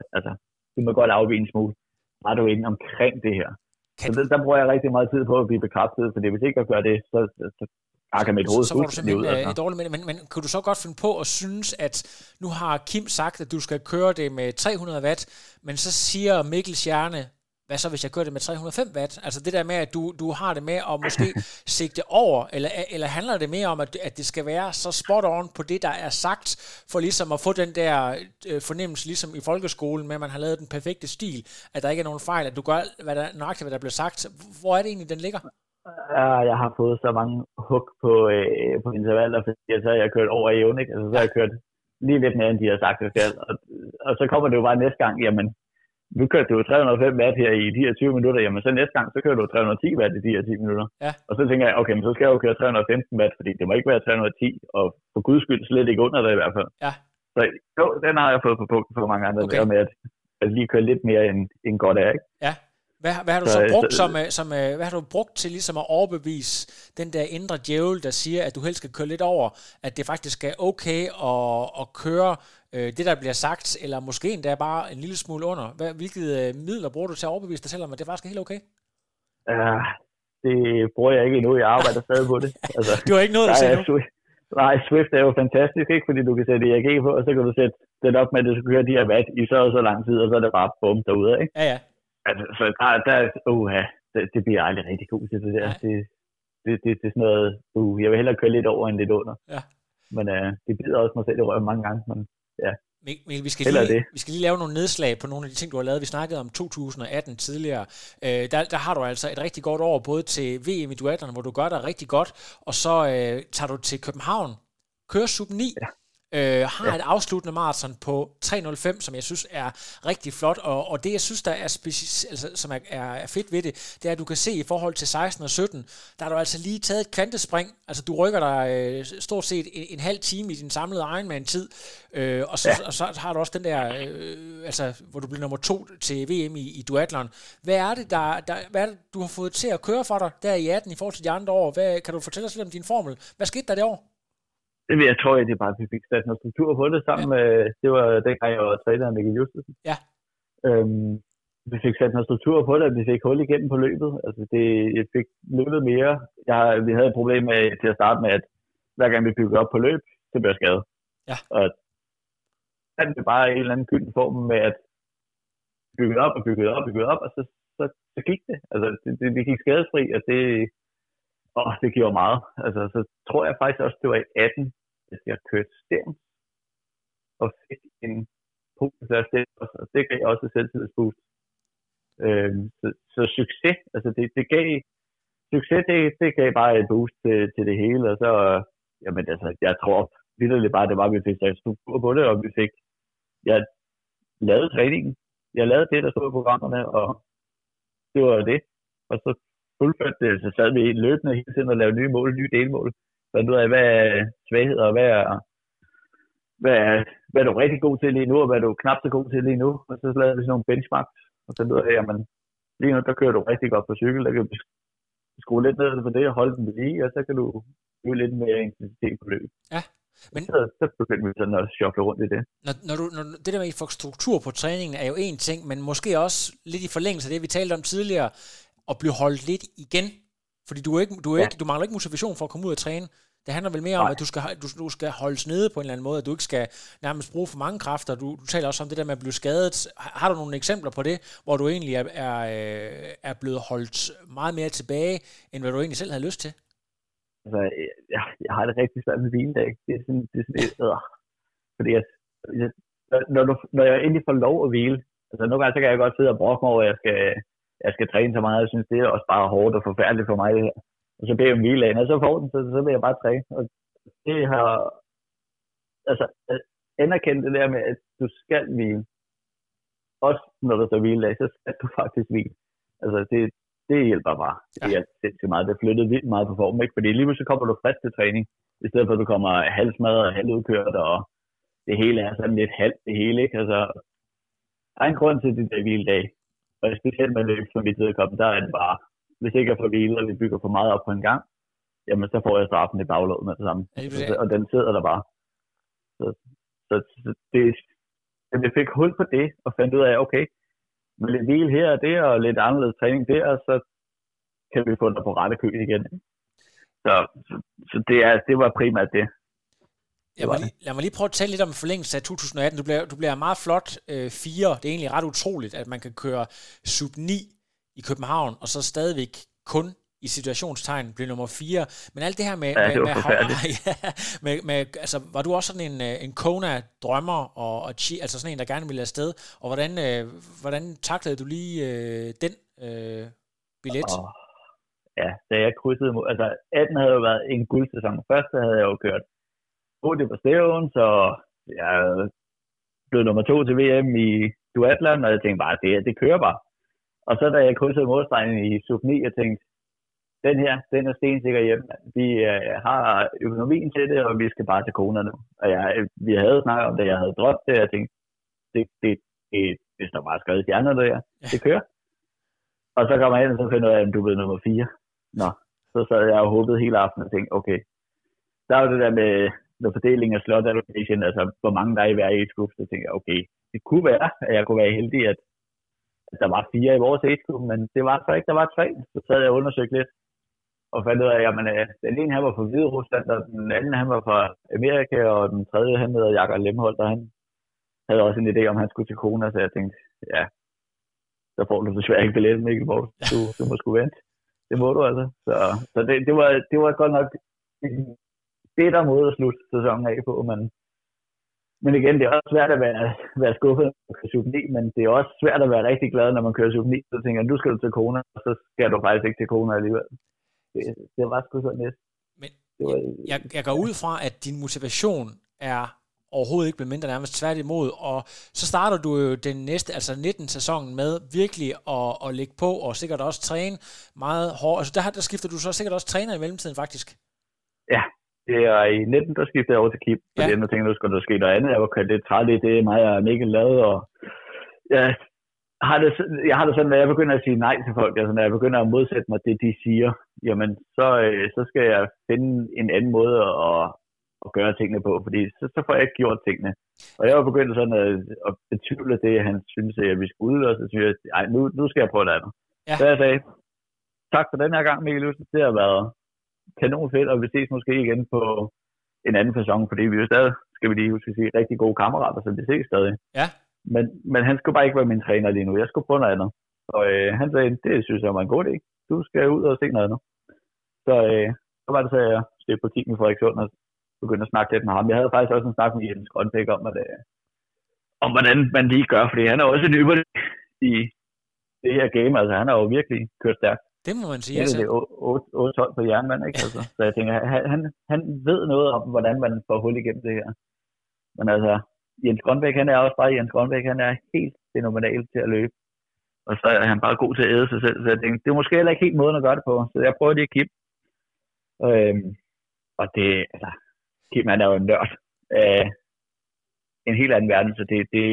må godt afvige en smule. Bare du inde omkring det her. Så der bruger jeg rigtig meget tid på at blive bekræftet, fordi hvis ikke jeg gør det, så så får du simpelthen dårligt med det, men kunne du så godt finde på at synes, at nu har Kim sagt, at du skal køre det med 300 watt, men så siger Mikkels hjerne, hvad så hvis jeg kører det med 305 watt? Altså det der med, at du har det med at måske sigte over, eller handler det mere om, at det skal være så spot on på det, der er sagt, for ligesom at få den der fornemmelse, ligesom i folkeskolen, med at man har lavet den perfekte stil, at der ikke er nogen fejl, at du gør nøjagtigt, hvad der bliver sagt. Hvor er det egentlig, den ligger? Jeg har fået så mange hug på intervaller, fordi så har jeg kørt over i evne, altså så har jeg kørt lige lidt mere, end de har sagt, og så kommer det jo bare næste gang, jamen, nu kørte du 305 watt her i de her 20 minutter, jamen så næste gang, så kører du 310 watt i de her 10 minutter. Ja. Og så tænker jeg, okay, men så skal jeg jo køre 315 watt, fordi det må ikke være 310, og for guds skyld slet ikke under det i hvert fald. Ja. Så jo, den har jeg fået på punkt for mange andre, der med at lige køre lidt mere end godt er, ikke? Ja. Hvad har du så brugt hvad har du brugt til ligesom at overbevise den der indre djævel, der siger, at du helst skal køre lidt over, at det faktisk er okay at køre det, der bliver sagt, eller måske endda bare en lille smule under? Hvilke midler bruger du til at overbevise dig selv om, at det faktisk er helt okay? Det bruger jeg ikke endnu. Jeg arbejder stadig på det. Altså, du har ikke noget at sige nu? Nej, Swift er jo fantastisk, ikke? Fordi du kan sætte ERG på, og så kan du sætte det op med, at du skal køre de her watt i så og så lang tid, og så er det bare bum derude, ikke? Ja. Altså, så det bliver aldrig rigtig god til det der. Det er sådan noget, jeg vil hellere køre lidt over end lidt under. Ja. Men det bider også mig selv i røven mange gange. Men, ja. Men vi skal lige lave nogle nedslag på nogle af de ting, du har lavet. Vi snakkede om 2018 tidligere. Der har du altså et rigtig godt år, både til VM i duatlerne, hvor du gør dig rigtig godt, og så tager du til København, kører Sub 9, har et afsluttende maraton på 3:05, som jeg synes er rigtig flot, og det jeg synes, der er som er fedt ved det, det er, at du kan se i forhold til 16 og 17, der har du altså lige taget et kvantespring, altså du rykker dig stort set en halv time i din samlede Ironman-tid, og så har du også den der, altså hvor du bliver nummer 2 til VM i duatlon. Hvad er det, hvad er det, du har fået til at køre for dig der i 18 i forhold til de andre år? Kan du fortælle os lidt om din formel? Hvad skete der det år? Jeg tror, at det bare, vi fik sat noget struktur på det sammen med, det var dengang jeg var træner af Mikkel Justesen. Ja. Vi fik sat noget struktur på det, at vi fik hul igennem på løbet. Altså jeg fik løbet mere. Vi havde et problem med, til at starte med, at hver gang vi byggede op på løb, så blev jeg skadet. Ja. Og det var bare en eller anden gylden form med, at byggede op, og så gik det. Altså vi gik skadesfri, og det gjorde meget. Altså så tror jeg faktisk også, det var i 18, at jeg kørte stævn og fik en punktplads der også, og det gav også et selvtidsboost. Så succes, altså det gav succes, det gav bare et boost til det hele, og så, jamen altså, jeg tror vitterligt bare, det var, at vi fik sat struktur på det, og jeg lavede træningen, jeg lavede det, der stod i programmerne, og det var det, og så fuldført det, så sad vi løbende hele tiden og lavede nye mål, nye delmål. Fandt ud af, hvad er svagheder, og hvad er du rigtig god til lige nu, og hvad er du knap så god til lige nu. Og så lavede vi sådan nogle benchmarks, og så ud af, jamen, lige nu, der kører du rigtig godt på cykel, der kan du skrue lidt ned på det og holde den ved lige, og så kan du øge lidt mere intensitet på løbet. Ja. Men så begyndte vi sådan at shuffle rundt i det. Når det der med, at I får struktur på træningen, er jo en ting, men måske også lidt i forlængelse af det, vi talte om tidligere, at blive holdt lidt igen. Fordi du mangler ikke motivation for at komme ud og træne. Det handler vel mere om, at du skal holdes nede på en eller anden måde, at du ikke skal nærmest bruge for mange kræfter. Du taler også om det der med at blive skadet. Har du nogle eksempler på det, hvor du egentlig er blevet holdt meget mere tilbage, end hvad du egentlig selv havde lyst til? Altså, jeg har det rigtig svært med hviledag. Det er sådan fordi når jeg endelig får lov at hvile, altså nogle gange så kan jeg godt sidde og brokke mig over, at jeg skal træne så meget. Jeg synes, det er også bare hårdt og forfærdeligt for mig, det her. Og så beder jeg om hviledagen, og så får den, så vil jeg bare træne. Og det har, altså, anerkendt det der med, at du skal hvile. Også når der står hviledag, så skal du faktisk hvile. Altså, det hjælper bare. Det hjælper sindssygt meget. Det flyttede vildt meget på form, ikke? Fordi lige så kommer du frisk til træning, i stedet for at du kommer halvsmadret og halvudkørt, og det hele er sådan lidt halvt det hele, ikke? Altså, der er en grund til det der hviledag. Og specielt med løb, som vi tidligere der er det bare, hvis ikke jeg får hvile, og vi bygger for meget op på en gang, jamen så får jeg straffen i baglåden med det samme. Og den sidder der bare. Så det fik hul på det, og fandt ud af, okay, med lidt hvile her og der, og lidt anderledes træning der, så kan vi få dig på rette køl igen. Så det var primært det. Lad mig lige prøve at tale lidt om forlængelse af 2018. Du bliver meget flot 4. Det er egentlig ret utroligt, at man kan køre Sub 9 i København, og så stadigvæk kun i situationstegn blive nummer 4. Men alt det her med altså, var du også sådan en Kona-drømmer, og altså sådan en, der gerne ville afsted, og hvordan taklede du lige den billet? Ja, da jeg krydsede mod, altså 18 havde jo været en guldsæson. Først havde jeg jo kørt det på stævn, så jeg blev nummer 2 til VM i duatlon, og jeg tænkte bare, det kører bare. Og så da jeg krydsede målstregen i Sub 9, jeg tænkte, den er stensikker hjemme. Vi har økonomien til det, og vi skal bare til Kona nu. Og vi havde snakket om det, jeg havde drømt det, og jeg tænkte, det står bare skrevet i stjerner, det kører. Og så kommer jeg ind, og så finder jeg, at du blev nummer 4. Nå, så sad jeg og håbede hele aftenen og tænkte, okay, der er jo det der med fordeling af slot allocation, altså hvor mange der er i hver age-group, så tænkte jeg, okay, det kunne være, at jeg kunne være heldig, at der var 4 i vores age-group, men det var så ikke, der var 3. Så sad jeg og undersøgte lidt, og fandt ud af, at den ene han var fra Hvide Rusland, og den anden han var fra Amerika, og den tredje han hedder Jakob Lemholdt, og han havde også en idé om, han skulle til Kona, så jeg tænkte, ja, så får du desværre ikke billetten, Mikkel Borg. Du må sgu vente. Det må du altså. Så det var godt nok det der måde at slutte sæsonen af på, men Men igen, det er også svært at være skuffet, når man kører Super 9, men det er også svært at være rigtig glad, når man kører Super 9. Så tænker jeg, nu skal du til Kona, og så skal du faktisk ikke til Kona alligevel. Det var sgu sådan lidt. Men jeg går ud fra, at din motivation er overhovedet ikke blevet mindre, nærmest tværtimod, og så starter du jo den næste, altså 19-sæsonen med virkelig at lægge på, og sikkert også træne meget hårdt. Altså der skifter du så sikkert også træner i mellemtiden, faktisk. Ja, det er i 19, der skifter jeg over til Kip, fordi jeg tænkte, nu skal der ske noget andet. Jeg var kørt lidt træt i det, mig og Mikkel lavede, og jeg har det sådan, når jeg begynder at sige nej til folk, altså når jeg begynder at modsætte mig det, de siger, jamen så skal jeg finde en anden måde at gøre tingene på, fordi så får jeg ikke gjort tingene. Og jeg var begyndt sådan at betvivle det, han synes, at vi skulle, og så synes jeg, nu skal jeg prøve det andet. Ja. Så jeg sagde, tak for den her gang, Mikkel Livsen. Det har været kanon fedt, og vi ses måske igen på en anden sæson, fordi vi jo stadig, skal vi lige huske at sige, rigtig gode kammerater, så vi ses stadig. Ja. Men han skulle bare ikke være min træner lige nu. Jeg skulle prøve noget andet. Og han sagde, det synes jeg var en god idé. Du skal ud og se noget andet. Så var det så, jeg stod på team i Frederikssund og begyndte at snakke lidt med ham. Jeg havde faktisk også en snak med Jens Grønbæk om hvordan man lige gør, fordi han er også en ypperlig i det her game. Altså han har jo virkelig kørt stærkt. Det må man sige. Det er 8-12 på jernmand, ikke? Altså, så jeg tænker, han ved noget om, hvordan man får hul igennem det her. Men altså, Jens Grønbæk, han er også bare Jens Grønbæk, han er helt fænomenal til at løbe. Og så er han bare god til at æde sig selv, så jeg tænkte, det er måske heller ikke helt måden at gøre det på. Så jeg prøver lige at Kip. Og det, altså, Kip, han er jo en nørd. En helt anden verden, så det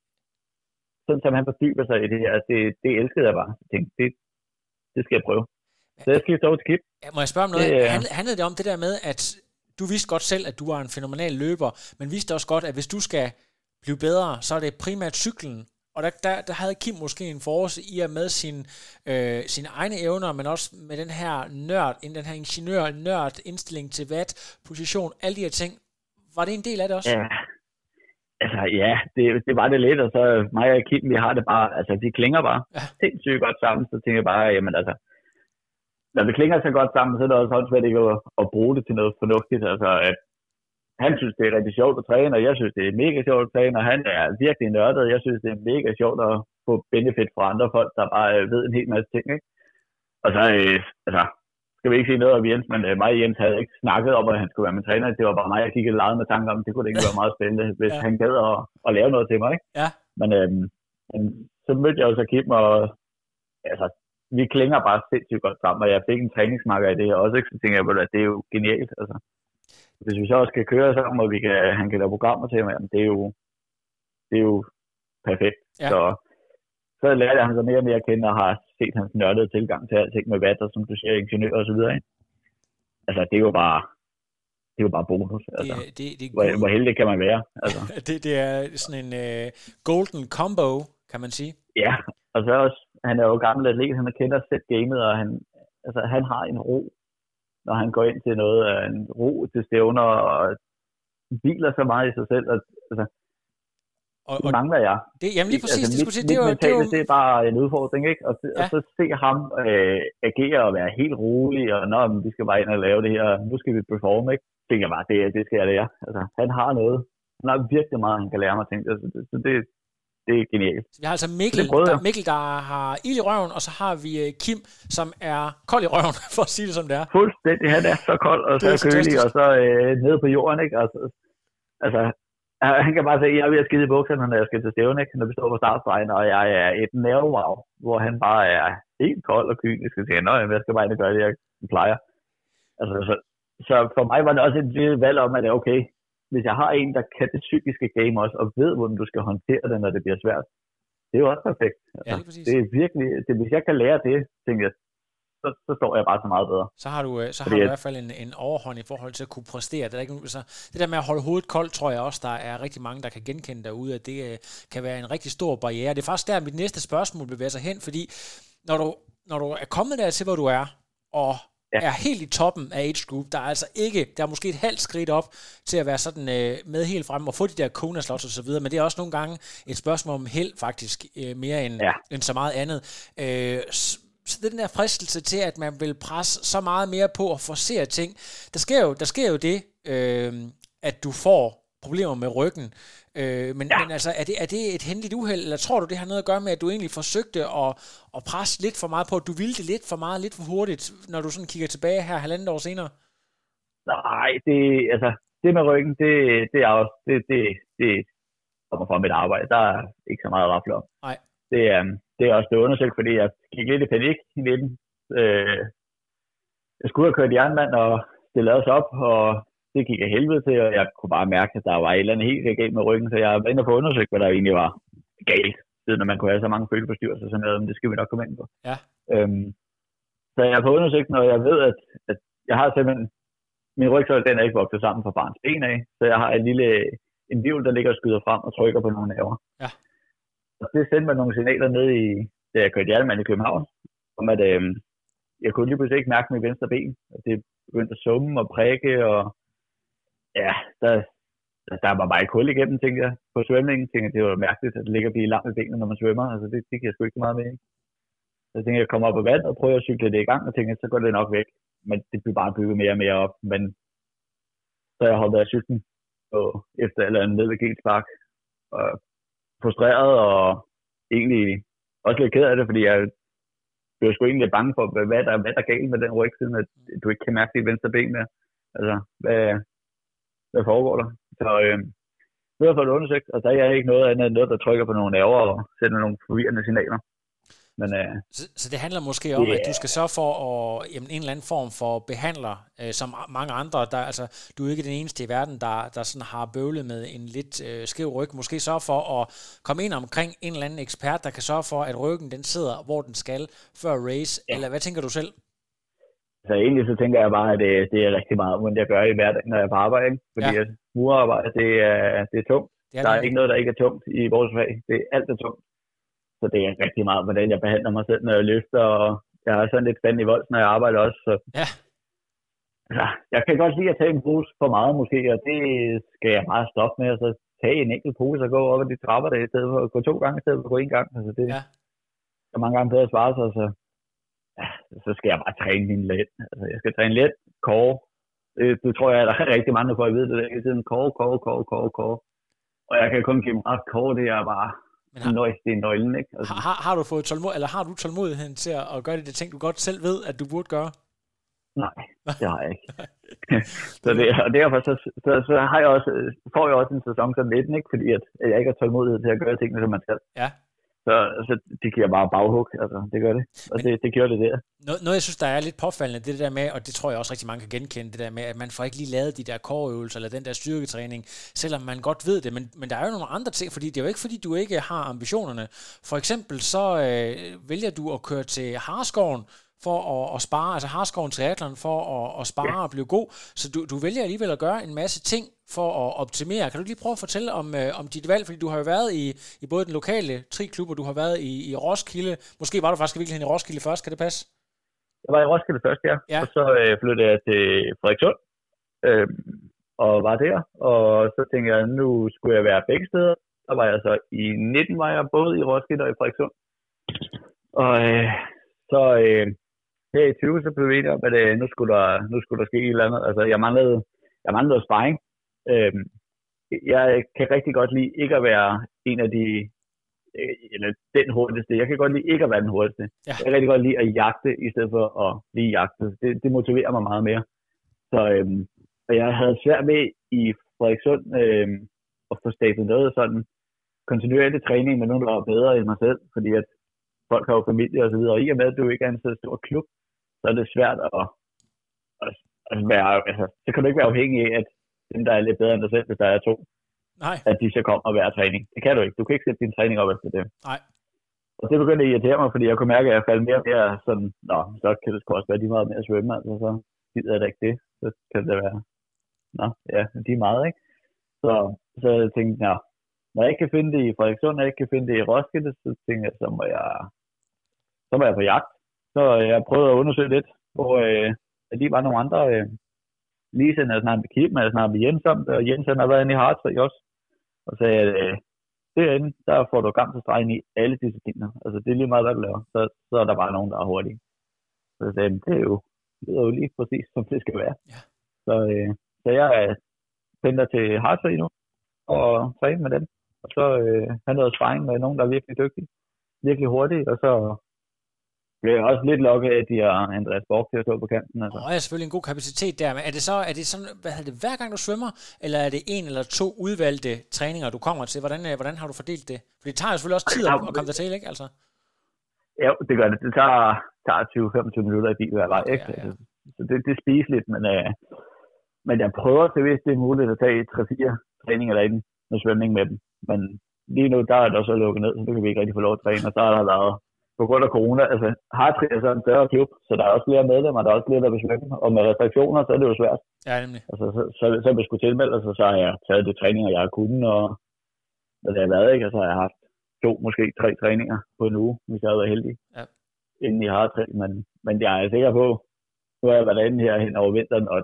sådan som han fordyber sig i det her, det elskede jeg bare. Jeg tænkte, det skal jeg prøve. Så jeg skifter over til Kip. Ja, må jeg spørge om noget? Handlede det om det der med, at du vidste godt selv, at du var en fænomenal løber, men vidste også godt, at hvis du skal blive bedre, så er det primært cyklen. Og der havde Kim måske en force i at med sine egne evner, men også med den her ingeniør-nørd indstilling til watt, position, alle de her ting. Var det en del af det også? Ja, altså ja, det var det lidt, og så mig og Kim, vi har det bare, altså de klinger bare sindssygt godt sammen, så tænker jeg bare, jamen altså, når vi klinger så godt sammen, så er det også svært ikke at bruge det til noget fornuftigt. Altså, han synes, det er rigtig sjovt at træne, og jeg synes, det er mega sjovt at træne, og han er virkelig nørdet. Jeg synes, det er mega sjovt at få benefit fra andre folk, der bare ved en hel masse ting. Ikke? Og så altså, skal vi ikke sige noget om Jens, men mig og Jens havde ikke snakket om, at han skulle være min træner. Det var bare mig, jeg kiggede leget med tanker om, det kunne ikke være meget spændende, hvis han gad at lave noget til mig. Ikke? Ja. Men så mødte jeg jo så Kim, og altså, vi klinger bare sindssygt godt sammen, og jeg fik en træningsmarker i det her også, ikke? Så tænker jeg på, at det er jo genialt. Altså. Hvis vi så også skal køre sammen, og han kan lave programmer til mig, jamen, det er jo perfekt. Ja. Så lærte jeg ham så mere og mere at kende, og har set hans nørdede tilgang til alting med watt, og som du siger, ingeniør og så videre. Ikke? Altså, det er jo bare bonus. Altså. Hvor heldig kan man være? Altså. det er sådan en golden combo, kan man sige. Ja, og så også, han er jo gammel atlet, han kender selv gamet, og han har en ro, når han går ind til noget, en ro til stævner, og hviler så meget i sig selv, altså, det mangler jeg. Jamen lige præcis, altså, det er bare en udfordring, ikke? Og så se ham agere og være helt rolig, og når vi skal bare ind og lave det her, nu skal vi performe, ikke? Det tænker jeg bare, det skal jeg lære. Altså, han har noget. Han har virkelig meget, han kan lære mig ting. Altså, så det er genialt. Vi har altså Mikkel, der har ild i røven, og så har vi Kim, som er kold i røven, for at sige det som det er. Fuldstændig, han er så kold, og så kølig, og så nede på jorden, ikke? Altså, han kan bare sige, at jeg er ved at skide i bukserne, når jeg skal til stævne, ikke? Når vi står på startstregen, og jeg er et nervevav, hvor han bare er helt kold og kynisk, og siger, jeg skal bare ind og gøre det, jeg plejer. Altså, så for mig var det også et lille valg om, at det er okay, hvis jeg har en, der kan det psykiske game også, og ved, hvordan du skal håndtere det, når det bliver svært. Det er jo også perfekt. Altså, ja, det er virkelig, hvis jeg kan lære det, tænker jeg, så står jeg bare så meget bedre. Så har du i hvert fald en overhånd i forhold til at kunne præstere. Det der med at holde hovedet koldt, tror jeg også, der er rigtig mange, der kan genkende derude, at det kan være en rigtig stor barriere. Det er faktisk der, mit næste spørgsmål bevæger sig hen, fordi når du er kommet dertil, hvor du er, og er helt i toppen af age group, der er altså ikke, der er måske et halvt skridt op til at være sådan med helt frem og få de der Kona slots og så videre, men det er også nogle gange et spørgsmål om held faktisk, mere end så meget andet. Så det er den der fristelse til, at man vil presse så meget mere på at forcere ting. Der sker jo det, at du får problemer med ryggen. Men altså, er det et hændeligt uheld, eller tror du, det har noget at gøre med, at du egentlig forsøgte at presse lidt for meget på, at du ville det lidt for meget, lidt for hurtigt, når du sådan kigger tilbage her 1,5 år senere? Nej, det med ryggen, det er også, det kommer fra mit arbejde. Der er ikke så meget at rafle om. Nej. Det er også blevet undersøgt, fordi jeg gik lidt i panik i 19. Jeg skulle have kørt jernmand og stillet os op, og det gik af helvede til, og jeg kunne bare mærke, at der var et eller andet helt galt med ryggen, så jeg var inde på at undersøge, hvad der egentlig var galt, siden at man kunne have så mange følgeforstyrrelser og sådan noget, men det skal vi nok komme ind på. Ja. Så jeg har fået undersøgt, og jeg ved, at jeg har simpelthen, min rygsøjle, den er ikke vokset sammen fra barns ben af, så jeg har en hvirvel, der ligger og skyder frem og trykker på nogle nerver. Ja. Og det sendte mig nogle signaler ned i, da jeg kørte jernmand i København, om at jeg kunne lige pludselig ikke mærke mit venstre ben, og det begyndte at summe og prikke, og ja, der var bare et hul igennem, tænkte jeg, på svømningen. Tænkte jeg, det var mærkeligt, at det ligger og blive langt med benene, når man svømmer. Altså, det kan jeg sgu ikke meget med. Så jeg tænkte, jeg kommer op på vand og prøver at cykle det i gang, og tænkte, så går det nok væk. Men det bliver bare bygget mere og mere op. Men så jeg hoppet af cyklen efter eller ned ved Gelspark, og frustreret, og egentlig også lidt ked af det, fordi jeg blev sgu egentlig bange for, hvad der er galt med den ryg, siden at du ikke kan mærke dit venstre ben mere. Altså, hvad foregår der? Så det har fået undersøgt, og der er ikke noget andet end noget, der trykker på nogle nerver og sender nogle forvirrende signaler. Men, så det handler måske om, at du skal sørge for en eller anden form for behandler, som mange andre. Altså, du er ikke den eneste i verden, der sådan har bøvlet med en lidt skæv ryg. Måske sørge for at komme ind omkring en eller anden ekspert, der kan sørge for, at ryggen den sidder, hvor den skal, før race. Ja. Eller hvad tænker du selv? Så egentlig så tænker jeg bare, at det er rigtig meget, men jeg gør i hverdagen, når jeg er på arbejde. Fordi at murarbejde, det er tungt. Der er ikke noget, der ikke er tungt i vores fag. Alt er tungt. Så det er rigtig meget, hvordan jeg behandler mig selv, når jeg løfter. Og jeg har sådan lidt spændt i vold, når jeg arbejder også. Så ja. Altså, jeg kan godt lide at tage en pose for meget måske, og det skal jeg bare stoppe med. Og så tage en enkelt pose og gå op ad de trapper der, i stedet for at gå 2 gange, i stedet for at gå 1 gang. Altså, det er mange gange bedre at svare sig, så skal jeg bare træne min let. Altså, jeg skal træne let, core. Det tror jeg, der er rigtig mange, der får at vide det der i tiden. Core. Og jeg kan kun give meget core, det er bare det er nøglen, ikke? Altså. Har du fået har du tålmodigheden til at gøre det ting, du godt selv ved, at du burde gøre? Nej, det har jeg ikke. Og derfor så har jeg også, får jeg også en sæson som 19, ikke? Fordi at jeg ikke har tålmodighed til at gøre tingene, som man skal. Ja. Så det giver bare baghug, altså det gør det. Og det gjorde det der. Noget jeg synes, der er lidt påfaldende, det der med, og det tror jeg også rigtig mange kan genkende, det der med, at man får ikke lige lavet de der coreøvelser, eller den der styrketræning, selvom man godt ved det, men der er jo nogle andre ting, fordi det er jo ikke fordi, du ikke har ambitionerne. For eksempel så vælger du at køre til Harskoven, for at spare, altså Harskoven Triathlon, for at spare og blive god, så du vælger alligevel at gøre en masse ting for at optimere. Kan du lige prøve at fortælle om dit valg, fordi du har jo været i både den lokale triklub, og du har været i Roskilde. Måske var du faktisk i virkeligheden i Roskilde først, kan det passe? Jeg var i Roskilde først, ja. Og så flyttede jeg til Frederikssund, og var der, og så tænkte jeg, nu skulle jeg være begge steder. Så var jeg så i 19, var jeg både i Roskilde og i Frederikssund. Og så her i 20, så blev vi enige om, at nu skulle der ske et eller andet. Altså, jeg manglede sparring. Jeg kan rigtig godt lide ikke at være en af de, eller den hurtigste. Jeg kan godt lide ikke at være den hurtigste. Ja. Jeg kan rigtig godt lide at jagte, i stedet for at blive jagtet. Det motiverer mig meget mere. Så og jeg havde svært med i Frederikssund at få stablet noget sådan kontinuerlig træning med nogen, der var bedre end mig selv, fordi at folk har jo familie og så videre, og i og med, at du ikke er en så stor klub, så er det svært at være, altså, så kan du ikke være afhængig af, at dem, der er lidt bedre end dig selv, hvis der er 2, nej, at de så kommer og være træning. Det kan du ikke. Du kan ikke sætte din træning op efter det. Nej. Og det begyndte at irritere mig, fordi jeg kunne mærke, at jeg faldt mere og mere sådan, så kan det sgu også være de meget mere at svømme, altså så gider jeg da ikke det. Så kan det være, de er meget, ikke? Så jeg tænkte, når jeg ikke kan finde det i Frederikssund, og jeg ikke kan finde det i Roskilde, så tænkte jeg, så må jeg på jagt. Så jeg prøvede at undersøge lidt, hvor de var nogle andre. Lisen er snart med Kim, er snart med Jens om det, og Jens har været inde i Hartrig også. Og så sagde jeg, derinde, der får du gang til stregen i alle discipliner. Altså det er lige meget, hvad du laver. Så er der bare nogen, der er hurtige. Så jeg sagde, det er jo lige præcis, som det skal være. Ja. Så jeg pendler til Hartrig nu, for at træne med dem. Og så have noget sparring med nogen, der er virkelig dygtige, virkelig hurtige, og så bliver jeg også lidt lokket af, at de har Andreas Borg til at stå på kanten. Altså. Ja, selvfølgelig en god kapacitet der, men er det sådan, hvad hedder det, hver gang du svømmer, eller er det en eller to udvalgte træninger, du kommer til? Hvordan har du fordelt det? For det tager jo selvfølgelig også tid at komme der til, ikke? Altså. Ja, det gør det. Det tager 20-25 minutter i bil hver vej, ikke? Ja. Så det er spiseligt, men jeg prøver til, hvis det er muligt at tage 3-4 træninger derinde med svømning med dem. Men lige nu, der er der så lukket ned, så det kan vi ikke rigtig få lov at træne, og så er der været på grund af corona, altså Hartri er så en større klub, så der er også flere medlemmer, der er også flere, der vil svømme, og med restriktioner, så er det jo svært. Ja, nemlig. Altså, så er vi skulle tilmelde, altså, så har jeg taget de træninger, jeg har kunnet, og hvad det har været, ikke? Og så har jeg haft 2, måske 3 træninger på en uge, hvis jeg havde været heldig, inden i Hartri, men jeg er sikker på, nu har jeg været inde her hen over vinteren, og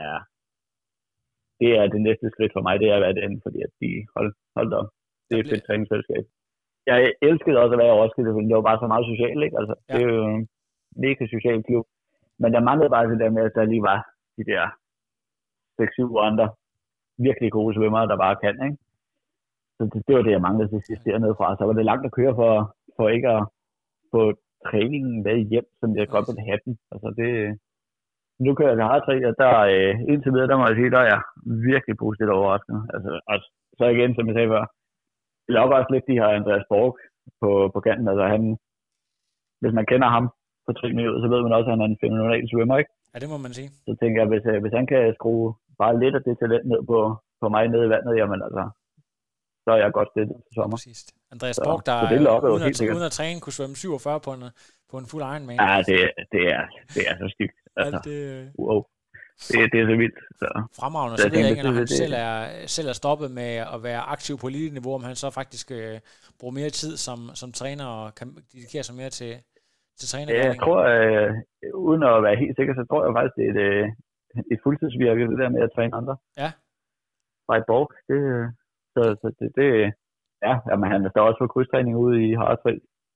det er det næste skridt for mig, det er at være derinde, fordi at de holdt op. Det er et fedt træningsselskab. Jeg elskede også at være i Roskilde, fordi det var bare så meget socialt, ikke? Altså, det er jo en mega social klub. Men der manglede bare det der med, at der lige var de der 6-7 andre virkelig gode svømmere, der bare kan, ikke? Så det var det, jeg manglede til sidst dernede fra. Så var det langt at køre for ikke at få træningen med hjem, som jeg godt ville have den. Altså det... Nu kører jeg til Hartri, og der indtil videre, der må jeg sige, der er jeg virkelig positivt overrasket. Altså, så igen, som jeg sagde før, det lokker også lidt, de har Andreas Borg på kanten. Altså han, hvis man kender ham på 3 minutter, så ved man også, at han er en fænomenal svømmer, ikke? Ja, det må man sige. Så tænker jeg, hvis han kan skrue bare lidt af det talent ned på mig nede i vandet, jamen altså, så er jeg godt stillet for sommer. Præcis. Andreas Borg, der uden at træne, kunne svømme 47 på en fuld Ironman. Ja, det er så stygt. Altså, wow. Det er så vildt. Så. Fremragende, så ved jeg ikke, når han selv er stoppet med at være aktiv på elite-niveau, om han så faktisk bruger mere tid som træner og kan dedikere sig mere til træning. Ja, jeg tror, uden at være helt sikker, så tror jeg faktisk, det er et fuldtidsvirke, det der med at træne andre. Ja. Fra et Borg. Jamen, han står også på krydstræning ude i Hartri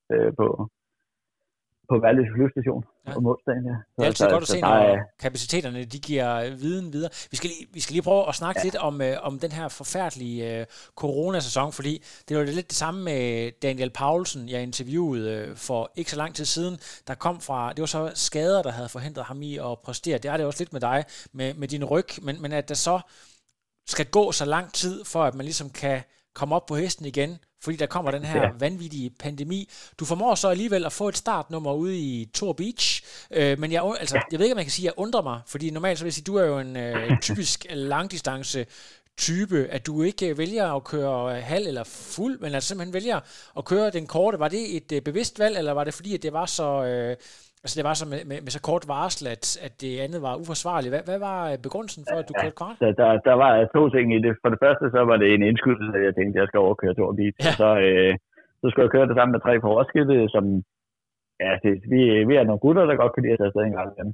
på Valdez flystation om onsdagen. Ja. Det er altid godt at se, når kapaciteterne de giver viden videre. Vi skal lige prøve at snakke lidt om den her forfærdelige coronasæson, fordi det var lidt det samme med Daniel Paulsen, jeg interviewede for ikke så lang tid siden, der kom fra, det var så skader, der havde forhindret ham i at præstere. Det er det også lidt med dig, med din ryg, men at der så skal gå så lang tid, for at man ligesom kan komme op på hesten igen, fordi der kommer den her vanvittige pandemi. Du formår så alligevel at få et startnummer ude i Tor Beach, men jeg ved ikke, om jeg kan sige, at jeg undrer mig, fordi normalt så vil jeg sige, at du er jo en typisk langdistance type, at du ikke vælger at køre halv eller fuld, men altså simpelthen vælger at køre den korte. Var det et bevidst valg, eller var det fordi, at det var så... Altså det var så med så kort varsel, at det andet var uforsvarligt. Hvad var begrundelsen for, at du kørte kvart? Der var 2 ting i det. For det første, så var det en indskydelse, at jeg tænkte, at jeg skal overkøre Tor Beach. Ja. Så skulle jeg køre det sammen med 3 på Roskilde, som... Ja, vi er nogle gutter, der godt kan lide at tage afsted en gang igen.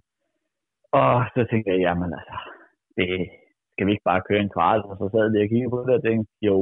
Og så tænkte jeg, jamen altså, det skal vi ikke bare køre en kvart? Og så sad jeg og kiggede på det og tænkte, jo,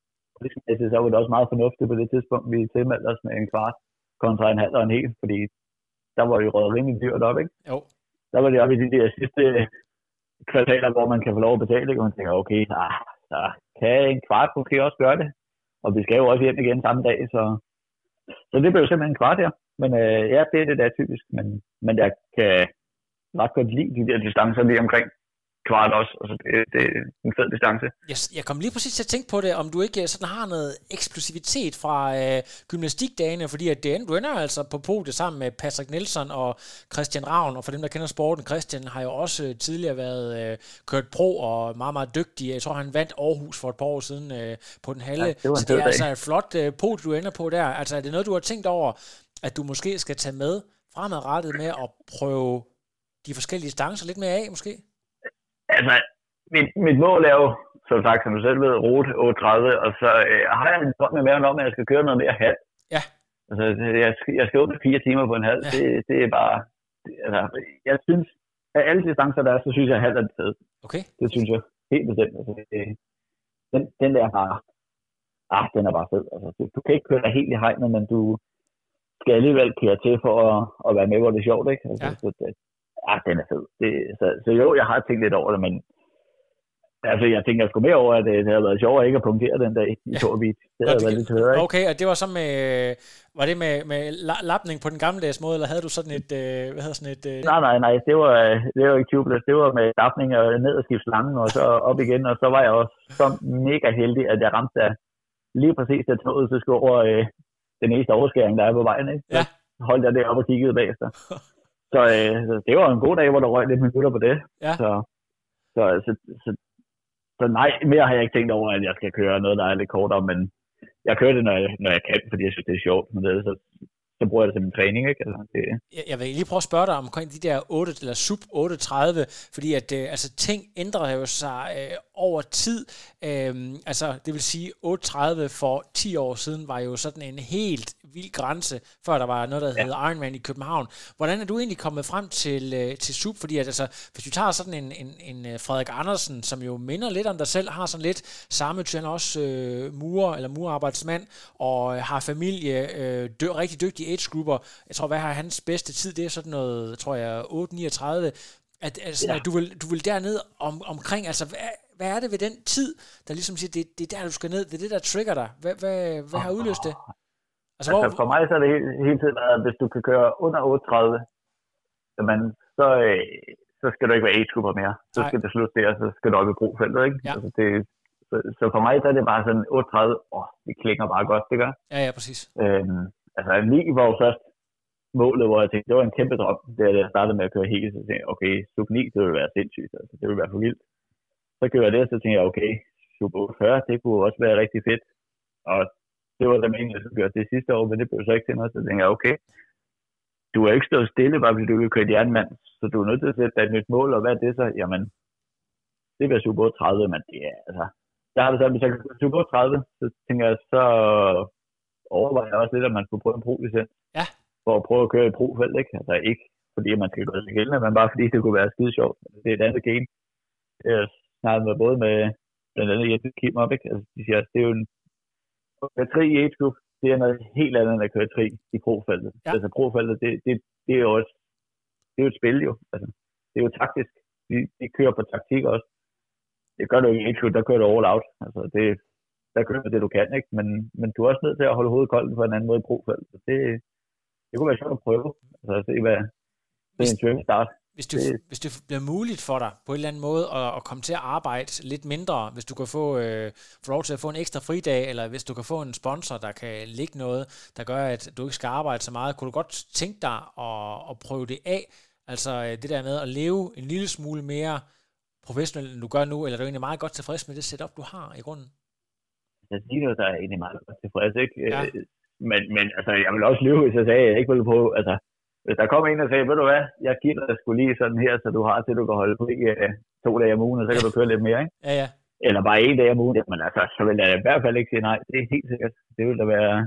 så var det også meget fornuftigt på det tidspunkt, vi tilmeldte os med en kvart kontra en halv og en hel, fordi der var jo røget rimelig dyrt op, ikke? Jo. Der var det oppe i de der sidste kvartaler, hvor man kan få lov at betale, og man tænker, okay, så kan en kvart måske også gøre det. Og vi skal jo også hjem igen samme dag, så det blev simpelthen en kvart her. Men ja, det er det der typisk, men jeg kan ret godt lide de der distancer lige omkring kvart også. Altså, det er en fed distance. Jeg kom lige præcis til at tænke på det, om du ikke sådan har noget eksplosivitet fra gymnastikdagene, fordi at du ender altså på podiet sammen med Patrick Nelson og Christian Ravn, og for dem, der kender sporten, Christian har jo også tidligere været kørt pro og meget, meget dygtig. Jeg tror, han vandt Aarhus for et par år siden på den halve. Ja, så det er altså et flot podium, du ender på der. Altså er det noget, du har tænkt over, at du måske skal tage med fremadrettet med at prøve de forskellige distancer lidt mere af, måske? Altså, mit mål er jo, som sagt, som du selv ved, rute 38, og så har jeg en drøm med maven om, at jeg skal køre noget mere halv. Ja. Altså, jeg skal åbne 4 timer på en halv. Ja. Det er bare... Altså, jeg synes, af alle distancer, der er, så synes jeg, at halv er det fed. Okay. Det synes jeg helt bestemt. Altså, den der bare... den er bare fed. Altså, du kan ikke køre dig helt i hegnet, men du skal alligevel køre til for at være med, hvor det er sjovt, ikke? Altså, ja. Den er fed. Så jo, jeg har tænkt lidt over det, men Altså, jeg tænker sgu mere over, at det havde været sjovere ikke at punktere den dag i Torbeat. Det havde været lidt højere, ikke? Okay, og det var så med... Var det med lapning på den gammeldags måde, eller havde du sådan et... hvad hedder sådan et... Nej. Det var ikke tubeless. Det var med lapning og ned og skifte slangen, og så op igen. Og så var jeg også så mega heldig, at jeg ramte der lige præcis der toget, så skulle over den eneste overskæring, der er på vejen, ikke? Så holdt jeg deroppe og kiggede bagefter. Så det var en god dag, hvor der røg lidt minutter på det. Ja. Så nej, mere har jeg ikke tænkt over, at jeg skal køre noget, der er lidt kortere, men jeg kører det, når jeg kan, fordi jeg synes, det er sjovt. Men det, så bruger jeg det som en træning, ikke? Altså, det... Jeg vil lige prøve at spørge dig omkring de der 8 eller sub 830, fordi at altså ting ændrer jo sig over tid. Altså det vil sige 830 for 10 år siden var jo sådan en helt vild grænse, før der var noget, der hed Ironman i København. Hvordan er du egentlig kommet frem til sub? Fordi at, altså, hvis du tager sådan en Frederik Andersen, som jo minder lidt om dig selv, har sådan lidt samme tynd også murer eller murarbejdsmand, og har familie, rigtig dygtige age-grupper. Jeg tror, hvad har hans bedste tid? Det er sådan noget, tror jeg, 8:39. At du vil derned omkring, altså hvad er det ved den tid, der ligesom siger, det er der, du skal ned, det er det, der trigger dig? Hvad har udløst det? Altså for mig så er det hele tiden, at hvis du kan køre under 8:30, så skal du ikke være age-grupper mere. Så skal det slutte der, så skal du op i brofeltet, ikke? Ja. Altså så for mig så er det bare sådan 8:30, det klinger bare godt, det gør. Ja, præcis. Altså 9 var jo først målet, hvor jeg tænkte, det var en kæmpe drøm, da jeg startede med at køre hele, så tænkte jeg, okay, sub 9, det ville være sindssygt, altså det ville være for vildt. Så gjorde jeg det, så tænkte jeg, okay, sub 8:40, det kunne også være rigtig fedt. Og det var da meningen, at jeg gjorde det sidste år, men det blev så ikke til noget, så tænkte jeg, okay, du er ikke stået stille, bare fordi du vil køre jernmand, så du er nødt til at sætte dig et nyt mål, og hvad er det så? Jamen, det bliver sub 8:30, men det er, altså, der har det så, hvis jeg kan køre sub 8:30, så tænker jeg, så overvejer jeg også lidt, at man skulle prøve en pro-licens. Ja. For at prøve at køre i pro-felt, ikke? Altså ikke fordi man skal gøre det gældende, men bare fordi det kunne være skide sjovt. Det er et andet game. Jeg snakkede med både med blandt andet Jens Kim op, ikke? Altså de siger, det er jo en tri i age group, det er noget helt andet end at køre tri i pro-feltet. Ja. Altså pro-feltet, det er jo også, det er jo et spil jo. Altså, det er jo taktisk. Vi kører på taktik også. Det gør du ikke i age group, der kører du all out. Altså der kører du det du kan, ikke? Men du er også nødt til at holde hovedet koldt på en anden måde i pro-feltet. Det kunne være sjovt at prøve. Altså se hvad det er en svømme start. Hvis det bliver muligt for dig på en eller anden måde at komme til at arbejde lidt mindre, hvis du kan få lov til at få en ekstra fridag, eller hvis du kan få en sponsor, der kan lægge noget, der gør, at du ikke skal arbejde så meget, kunne du godt tænke dig at prøve det af? Altså det der med at leve en lille smule mere professionelt, end du gør nu, eller er du egentlig meget godt tilfreds med det setup, du har i grunden? Jeg siger, der er egentlig meget godt tilfreds, ikke? Ja. Men altså, jeg vil også lyve, hvis jeg sagde, at jeg ikke ville på, altså, hvis der kom en og sagde, ved du hvad, jeg giver dig sgu lige sådan her, så du har til, du kan holde på 2 dage om ugen, og så kan du køre lidt mere, ikke? Ja. Eller bare 1 dag om ugen, men altså, så vil jeg i hvert fald ikke sige nej, det er helt sikkert. Det vil da være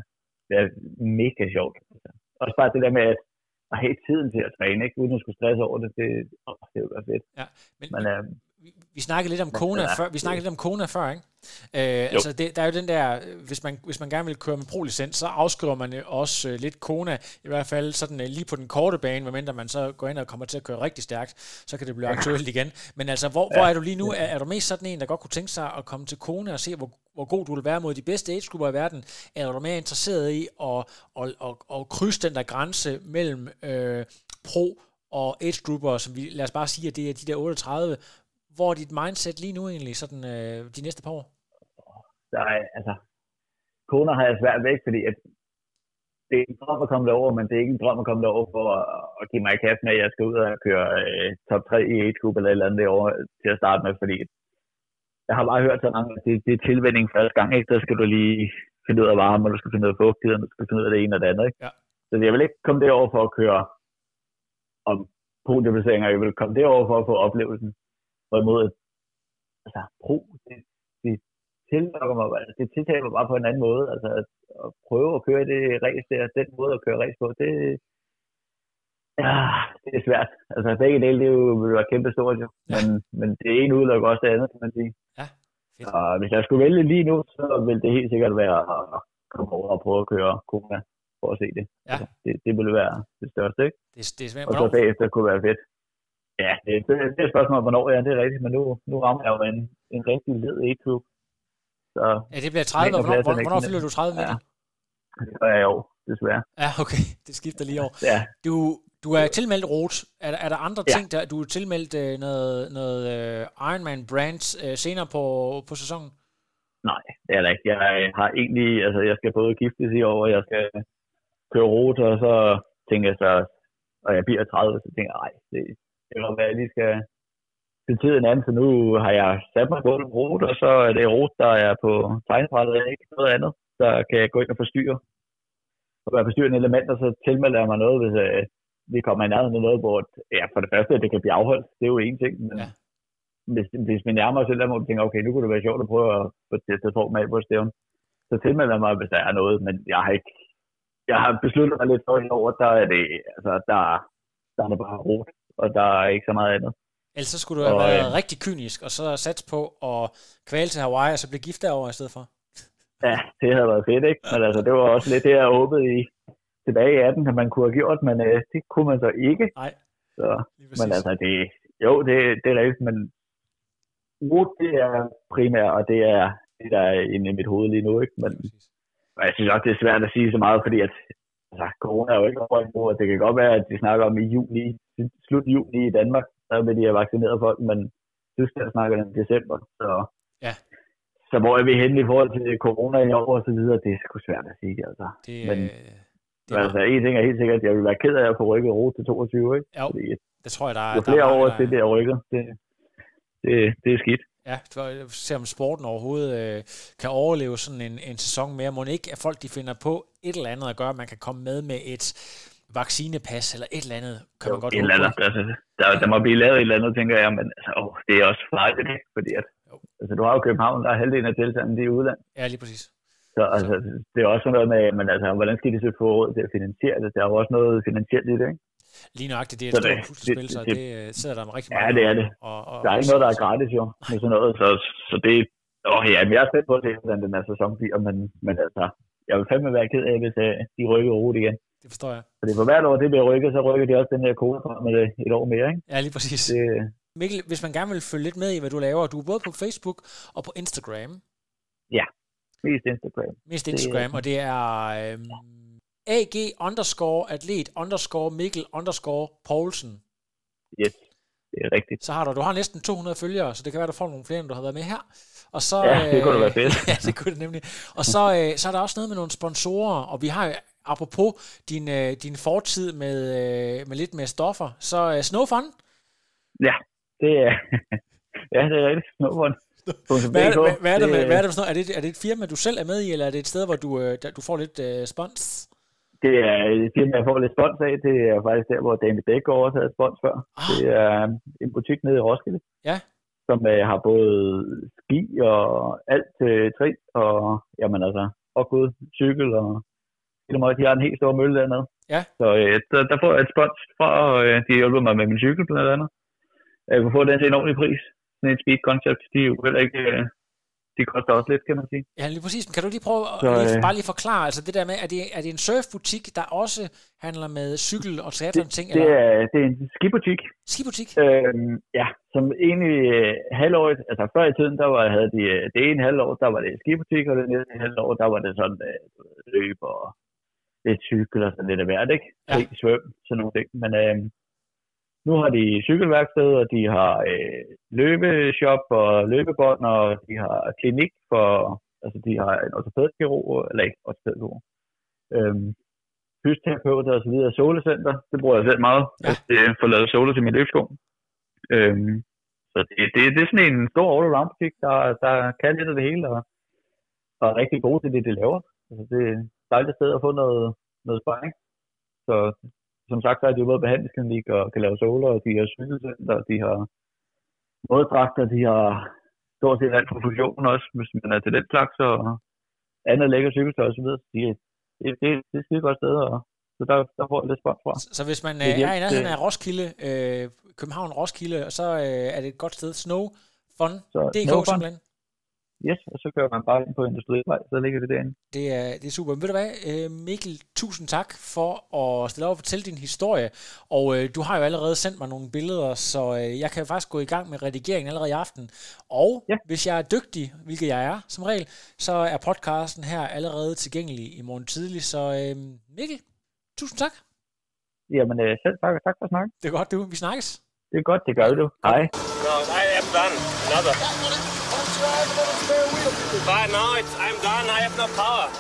mega sjovt. Altså. Også bare det der med at have tiden til at træne, ikke? Uden at skulle stresse over det, det vil være fedt. Ja, men vi snakkede lidt om Kona før. Vi snakkede lidt om Kona før, ikke? Altså der er jo den der, hvis man gerne vil køre med pro-licens, så afskriver man også lidt Kona, i hvert fald sådan lige på den korte bane, medmindre man så går ind og kommer til at køre rigtig stærkt, så kan det blive aktuelt igen. Men altså, hvor er du lige nu? Er du mest sådan en, der godt kunne tænke sig at komme til Kona og se, hvor god du vil være mod de bedste age-grupper i verden? Eller er du mere interesseret i at krydse den der grænse mellem pro og age-grupper, som lad os bare sige, at det er de der 38. Hvor er dit mindset lige nu egentlig, sådan de næste par år? Nej, altså, Kona har jeg svært væk, fordi at det er en drøm at komme derover, men det er ikke en drøm at komme derover for at give mig kæft med, at jeg skal ud og køre top 3 i age group eller et eller andet derovre til at starte med, fordi jeg har bare hørt så langt, at det er tilvænning første gang, ikke? Der skal du lige finde ud af varme, og du skal finde ud af fugtigheden, og du skal finde ud af det ene og det andet, ikke? Ja. Så jeg vil ikke komme derover for at køre om podiumplaceringer, jeg vil komme derover for at få oplevelsen. Hvorimod, altså, det tiltaler mig bare på en anden måde. Altså, at prøve at køre det race der, den måde at køre race på, det er svært. Altså, begge dele, det vil være kæmpe stort, jo. Ja. Men det ene udelukker også det andet, kan man sige. Ja, fedt. Og hvis jeg skulle vælge lige nu, så ville det helt sikkert være at komme over og prøve at køre Kona for at se det. Ja. Altså, det ville være det største, ikke? Det er svært. Og så bagefter kunne være fedt. Ja, det er et spørgsmål, hvornår det er rigtigt, men nu rammer jeg jo en rigtig led A-tube. Så ja, det bliver 30, og hvornår fylder du 30, Mikkel? Ja, det gør jeg i år, desværre. Ja, okay, det skifter lige over. Ja. Du er tilmeldt Roth. Er der andre ting, der du er tilmeldt noget Ironman Brands senere på sæsonen? Nej, det er der ikke. Jeg har egentlig, altså jeg skal både giftes i år, og jeg skal køre Roth, og så tænker jeg så, og jeg bliver 30, så tænker jeg, det kan være, at jeg lige skal til tiden anden, så nu har jeg sat mig på Roth, og så er det Roth, der er på tegnebrættet, og ikke noget andet. Så kan jeg gå ind og forstyrre en element, og så tilmelder jeg mig noget, hvis vi kommer i nærheden af noget, hvor for det første, det kan blive afholdt. Det er jo en ting, men hvis vi nærmer os et eller andet, hvor vi tænker, okay, nu kunne det være sjovt at prøve at få testet form af på stævn, så tilmelder jeg mig, hvis der er noget, men jeg har besluttet mig lidt for i år, der er det, altså, der er det bare Roth, og der er ikke så meget andet. Ellers så skulle du have været rigtig kynisk, og så satse på at kvæle til Hawaii, og så blive gift derovre i stedet for. Ja, det havde været fedt, ikke? Men altså, det var også lidt det, jeg håbede tilbage i 18, at man kunne have gjort, men det kunne man så ikke. Nej. Så, men altså, det er rigtigt, men Roth, det er primært, og det er det, der er inde i mit hoved lige nu, ikke? Men jeg synes også, det er svært at sige så meget, fordi at corona er jo ikke over endnu, og det kan godt være, at de snakker om i juni, slut juni i Danmark, der vil de have vaccineret folk, men Tyskland snakker den i december, så hvor er vi henne i forhold til corona i år og så videre, det er sgu svært at sige, altså. Men altså, en ting er helt sikkert, at jeg vil være ked af at få rykket Roth til 22, ikke? Jo, fordi det tror jeg, der er... Jo flere år til det er rykket, det er skidt. Ja, se om sporten overhovedet kan overleve sådan en sæson mere. Må ikke, at folk de finder på et eller andet at gøre, at man kan komme med et vaccinepas eller et eller andet, kan man godt håbe på. Altså, der må blive lavet et eller andet, tænker jeg, men altså, det er også farligt, ikke? Fordi at, altså, du har jo København, der er halvdelen af tilstanden, det er udland. Ja, lige præcis. Så altså, det er også sådan noget med, men altså, hvordan skal de så få råd til at finansiere det? Der er jo også noget finansielt i det, ikke? Lige nøjagtigt, det er et stort puslespil, så det sidder der med rigtig meget. Ja, det er det. Der er ikke noget, der er gratis, jo, med sådan noget, så det jeg er spændt på at se, hvordan den her sæson bliver, men altså, jeg vil fandme være ked af, hvis de rykker Roth igen. Det forstår jeg. Fordi for hvert år, det bliver rykket, så rykker de også den her kode fra med et år mere, ikke? Ja, lige præcis. Mikkel, hvis man gerne vil følge lidt med i, hvad du laver, du er både på Facebook og på Instagram. Ja, mest Instagram. Og det er AG_atlet_Mikkel_Poulsen. Yes, det er rigtigt. Så har du har næsten 200 følgere, så det kan være, du får nogle flere, end du har været med her. Og så, det kunne da være fedt. Ja, det kunne det nemlig. Og så er der også noget med nogle sponsorer, og vi har apropos din fortid med lidt med stoffer, så Snowfun. Ja, det er rigtigt. Snowfun. Hvad er det for noget? Er det et firma, du selv er med i, eller er det et sted, hvor du får lidt spons? Det er et firma, jeg får lidt spons af. Det er faktisk der, hvor David Dækgaard også havde spons før. Det er en butik nede i Roskilde, som har både ski og alt til tri, og jamen altså, opgået cykel, og de har en helt stor mølle dernede. Ja. Så der får jeg et spons fra, og de hjælper mig med min cykel blandt andet. Jeg kunne få den til en ordentlig pris. Sådan et speed concept, de er jo heller ikke... De koster også lidt, kan man sige. Ja, lige præcis. Men kan du lige prøve bare lige forklare, altså det der med, er det en surfbutik, der også handler med cykel og triathlon ting? Det er en skibutik. Skibutik? Ja, som egentlig halvåret, altså før i tiden, havde de det ene halvår, der var det skibutik, og det næste halvår, der var det sådan løb og lidt cykel og sådan lidt af hvert, ikke? Ja. Svøm, sådan nogle ting. Men nu har de cykelværksted, og de har løbeshop og løbebånd, og de har klinik for, altså de har en ortopædkirurg, eller ikke ortopædkirurg, fysioterapeuter og så videre, solcenter, det bruger jeg selv meget, at få lavet soler til min løbsko. Så det er sådan en stor all-around butik, der kan lidt af det hele, og er rigtig gode til det, de laver. Altså, det er et dejligt sted at få noget sparring. Så som sagt, så er de jo både behandlingsklinik og kan lave soler, og de har cykelcenter, de har våddragter, de har stort set alt for fusion også, hvis man er til den slags, og andet lækker cykeltøj og så videre. Det er et skide godt sted, og så der får jeg lidt spot fra. Så hvis man er i nærheden af Roskilde, København Roskilde, så er det et godt sted, Snowfun.dk simpelthen? Yes, og så kører man bare ind på Industrivej, så ligger det derinde. Det er super. Men ved du hvad, Mikkel, tusind tak for at stille op og fortælle din historie. Og du har jo allerede sendt mig nogle billeder, så jeg kan faktisk gå i gang med redigeringen allerede i aften. Og hvis jeg er dygtig, hvilket jeg er som regel, så er podcasten her allerede tilgængelig i morgen tidlig. Så Mikkel, tusind tak. Jamen selv tak, og tak for snakken. Det er godt, du. Vi snakkes. Det er godt, det gør du. Hej. No, I am done. Another. But no, I'm done. I have no power.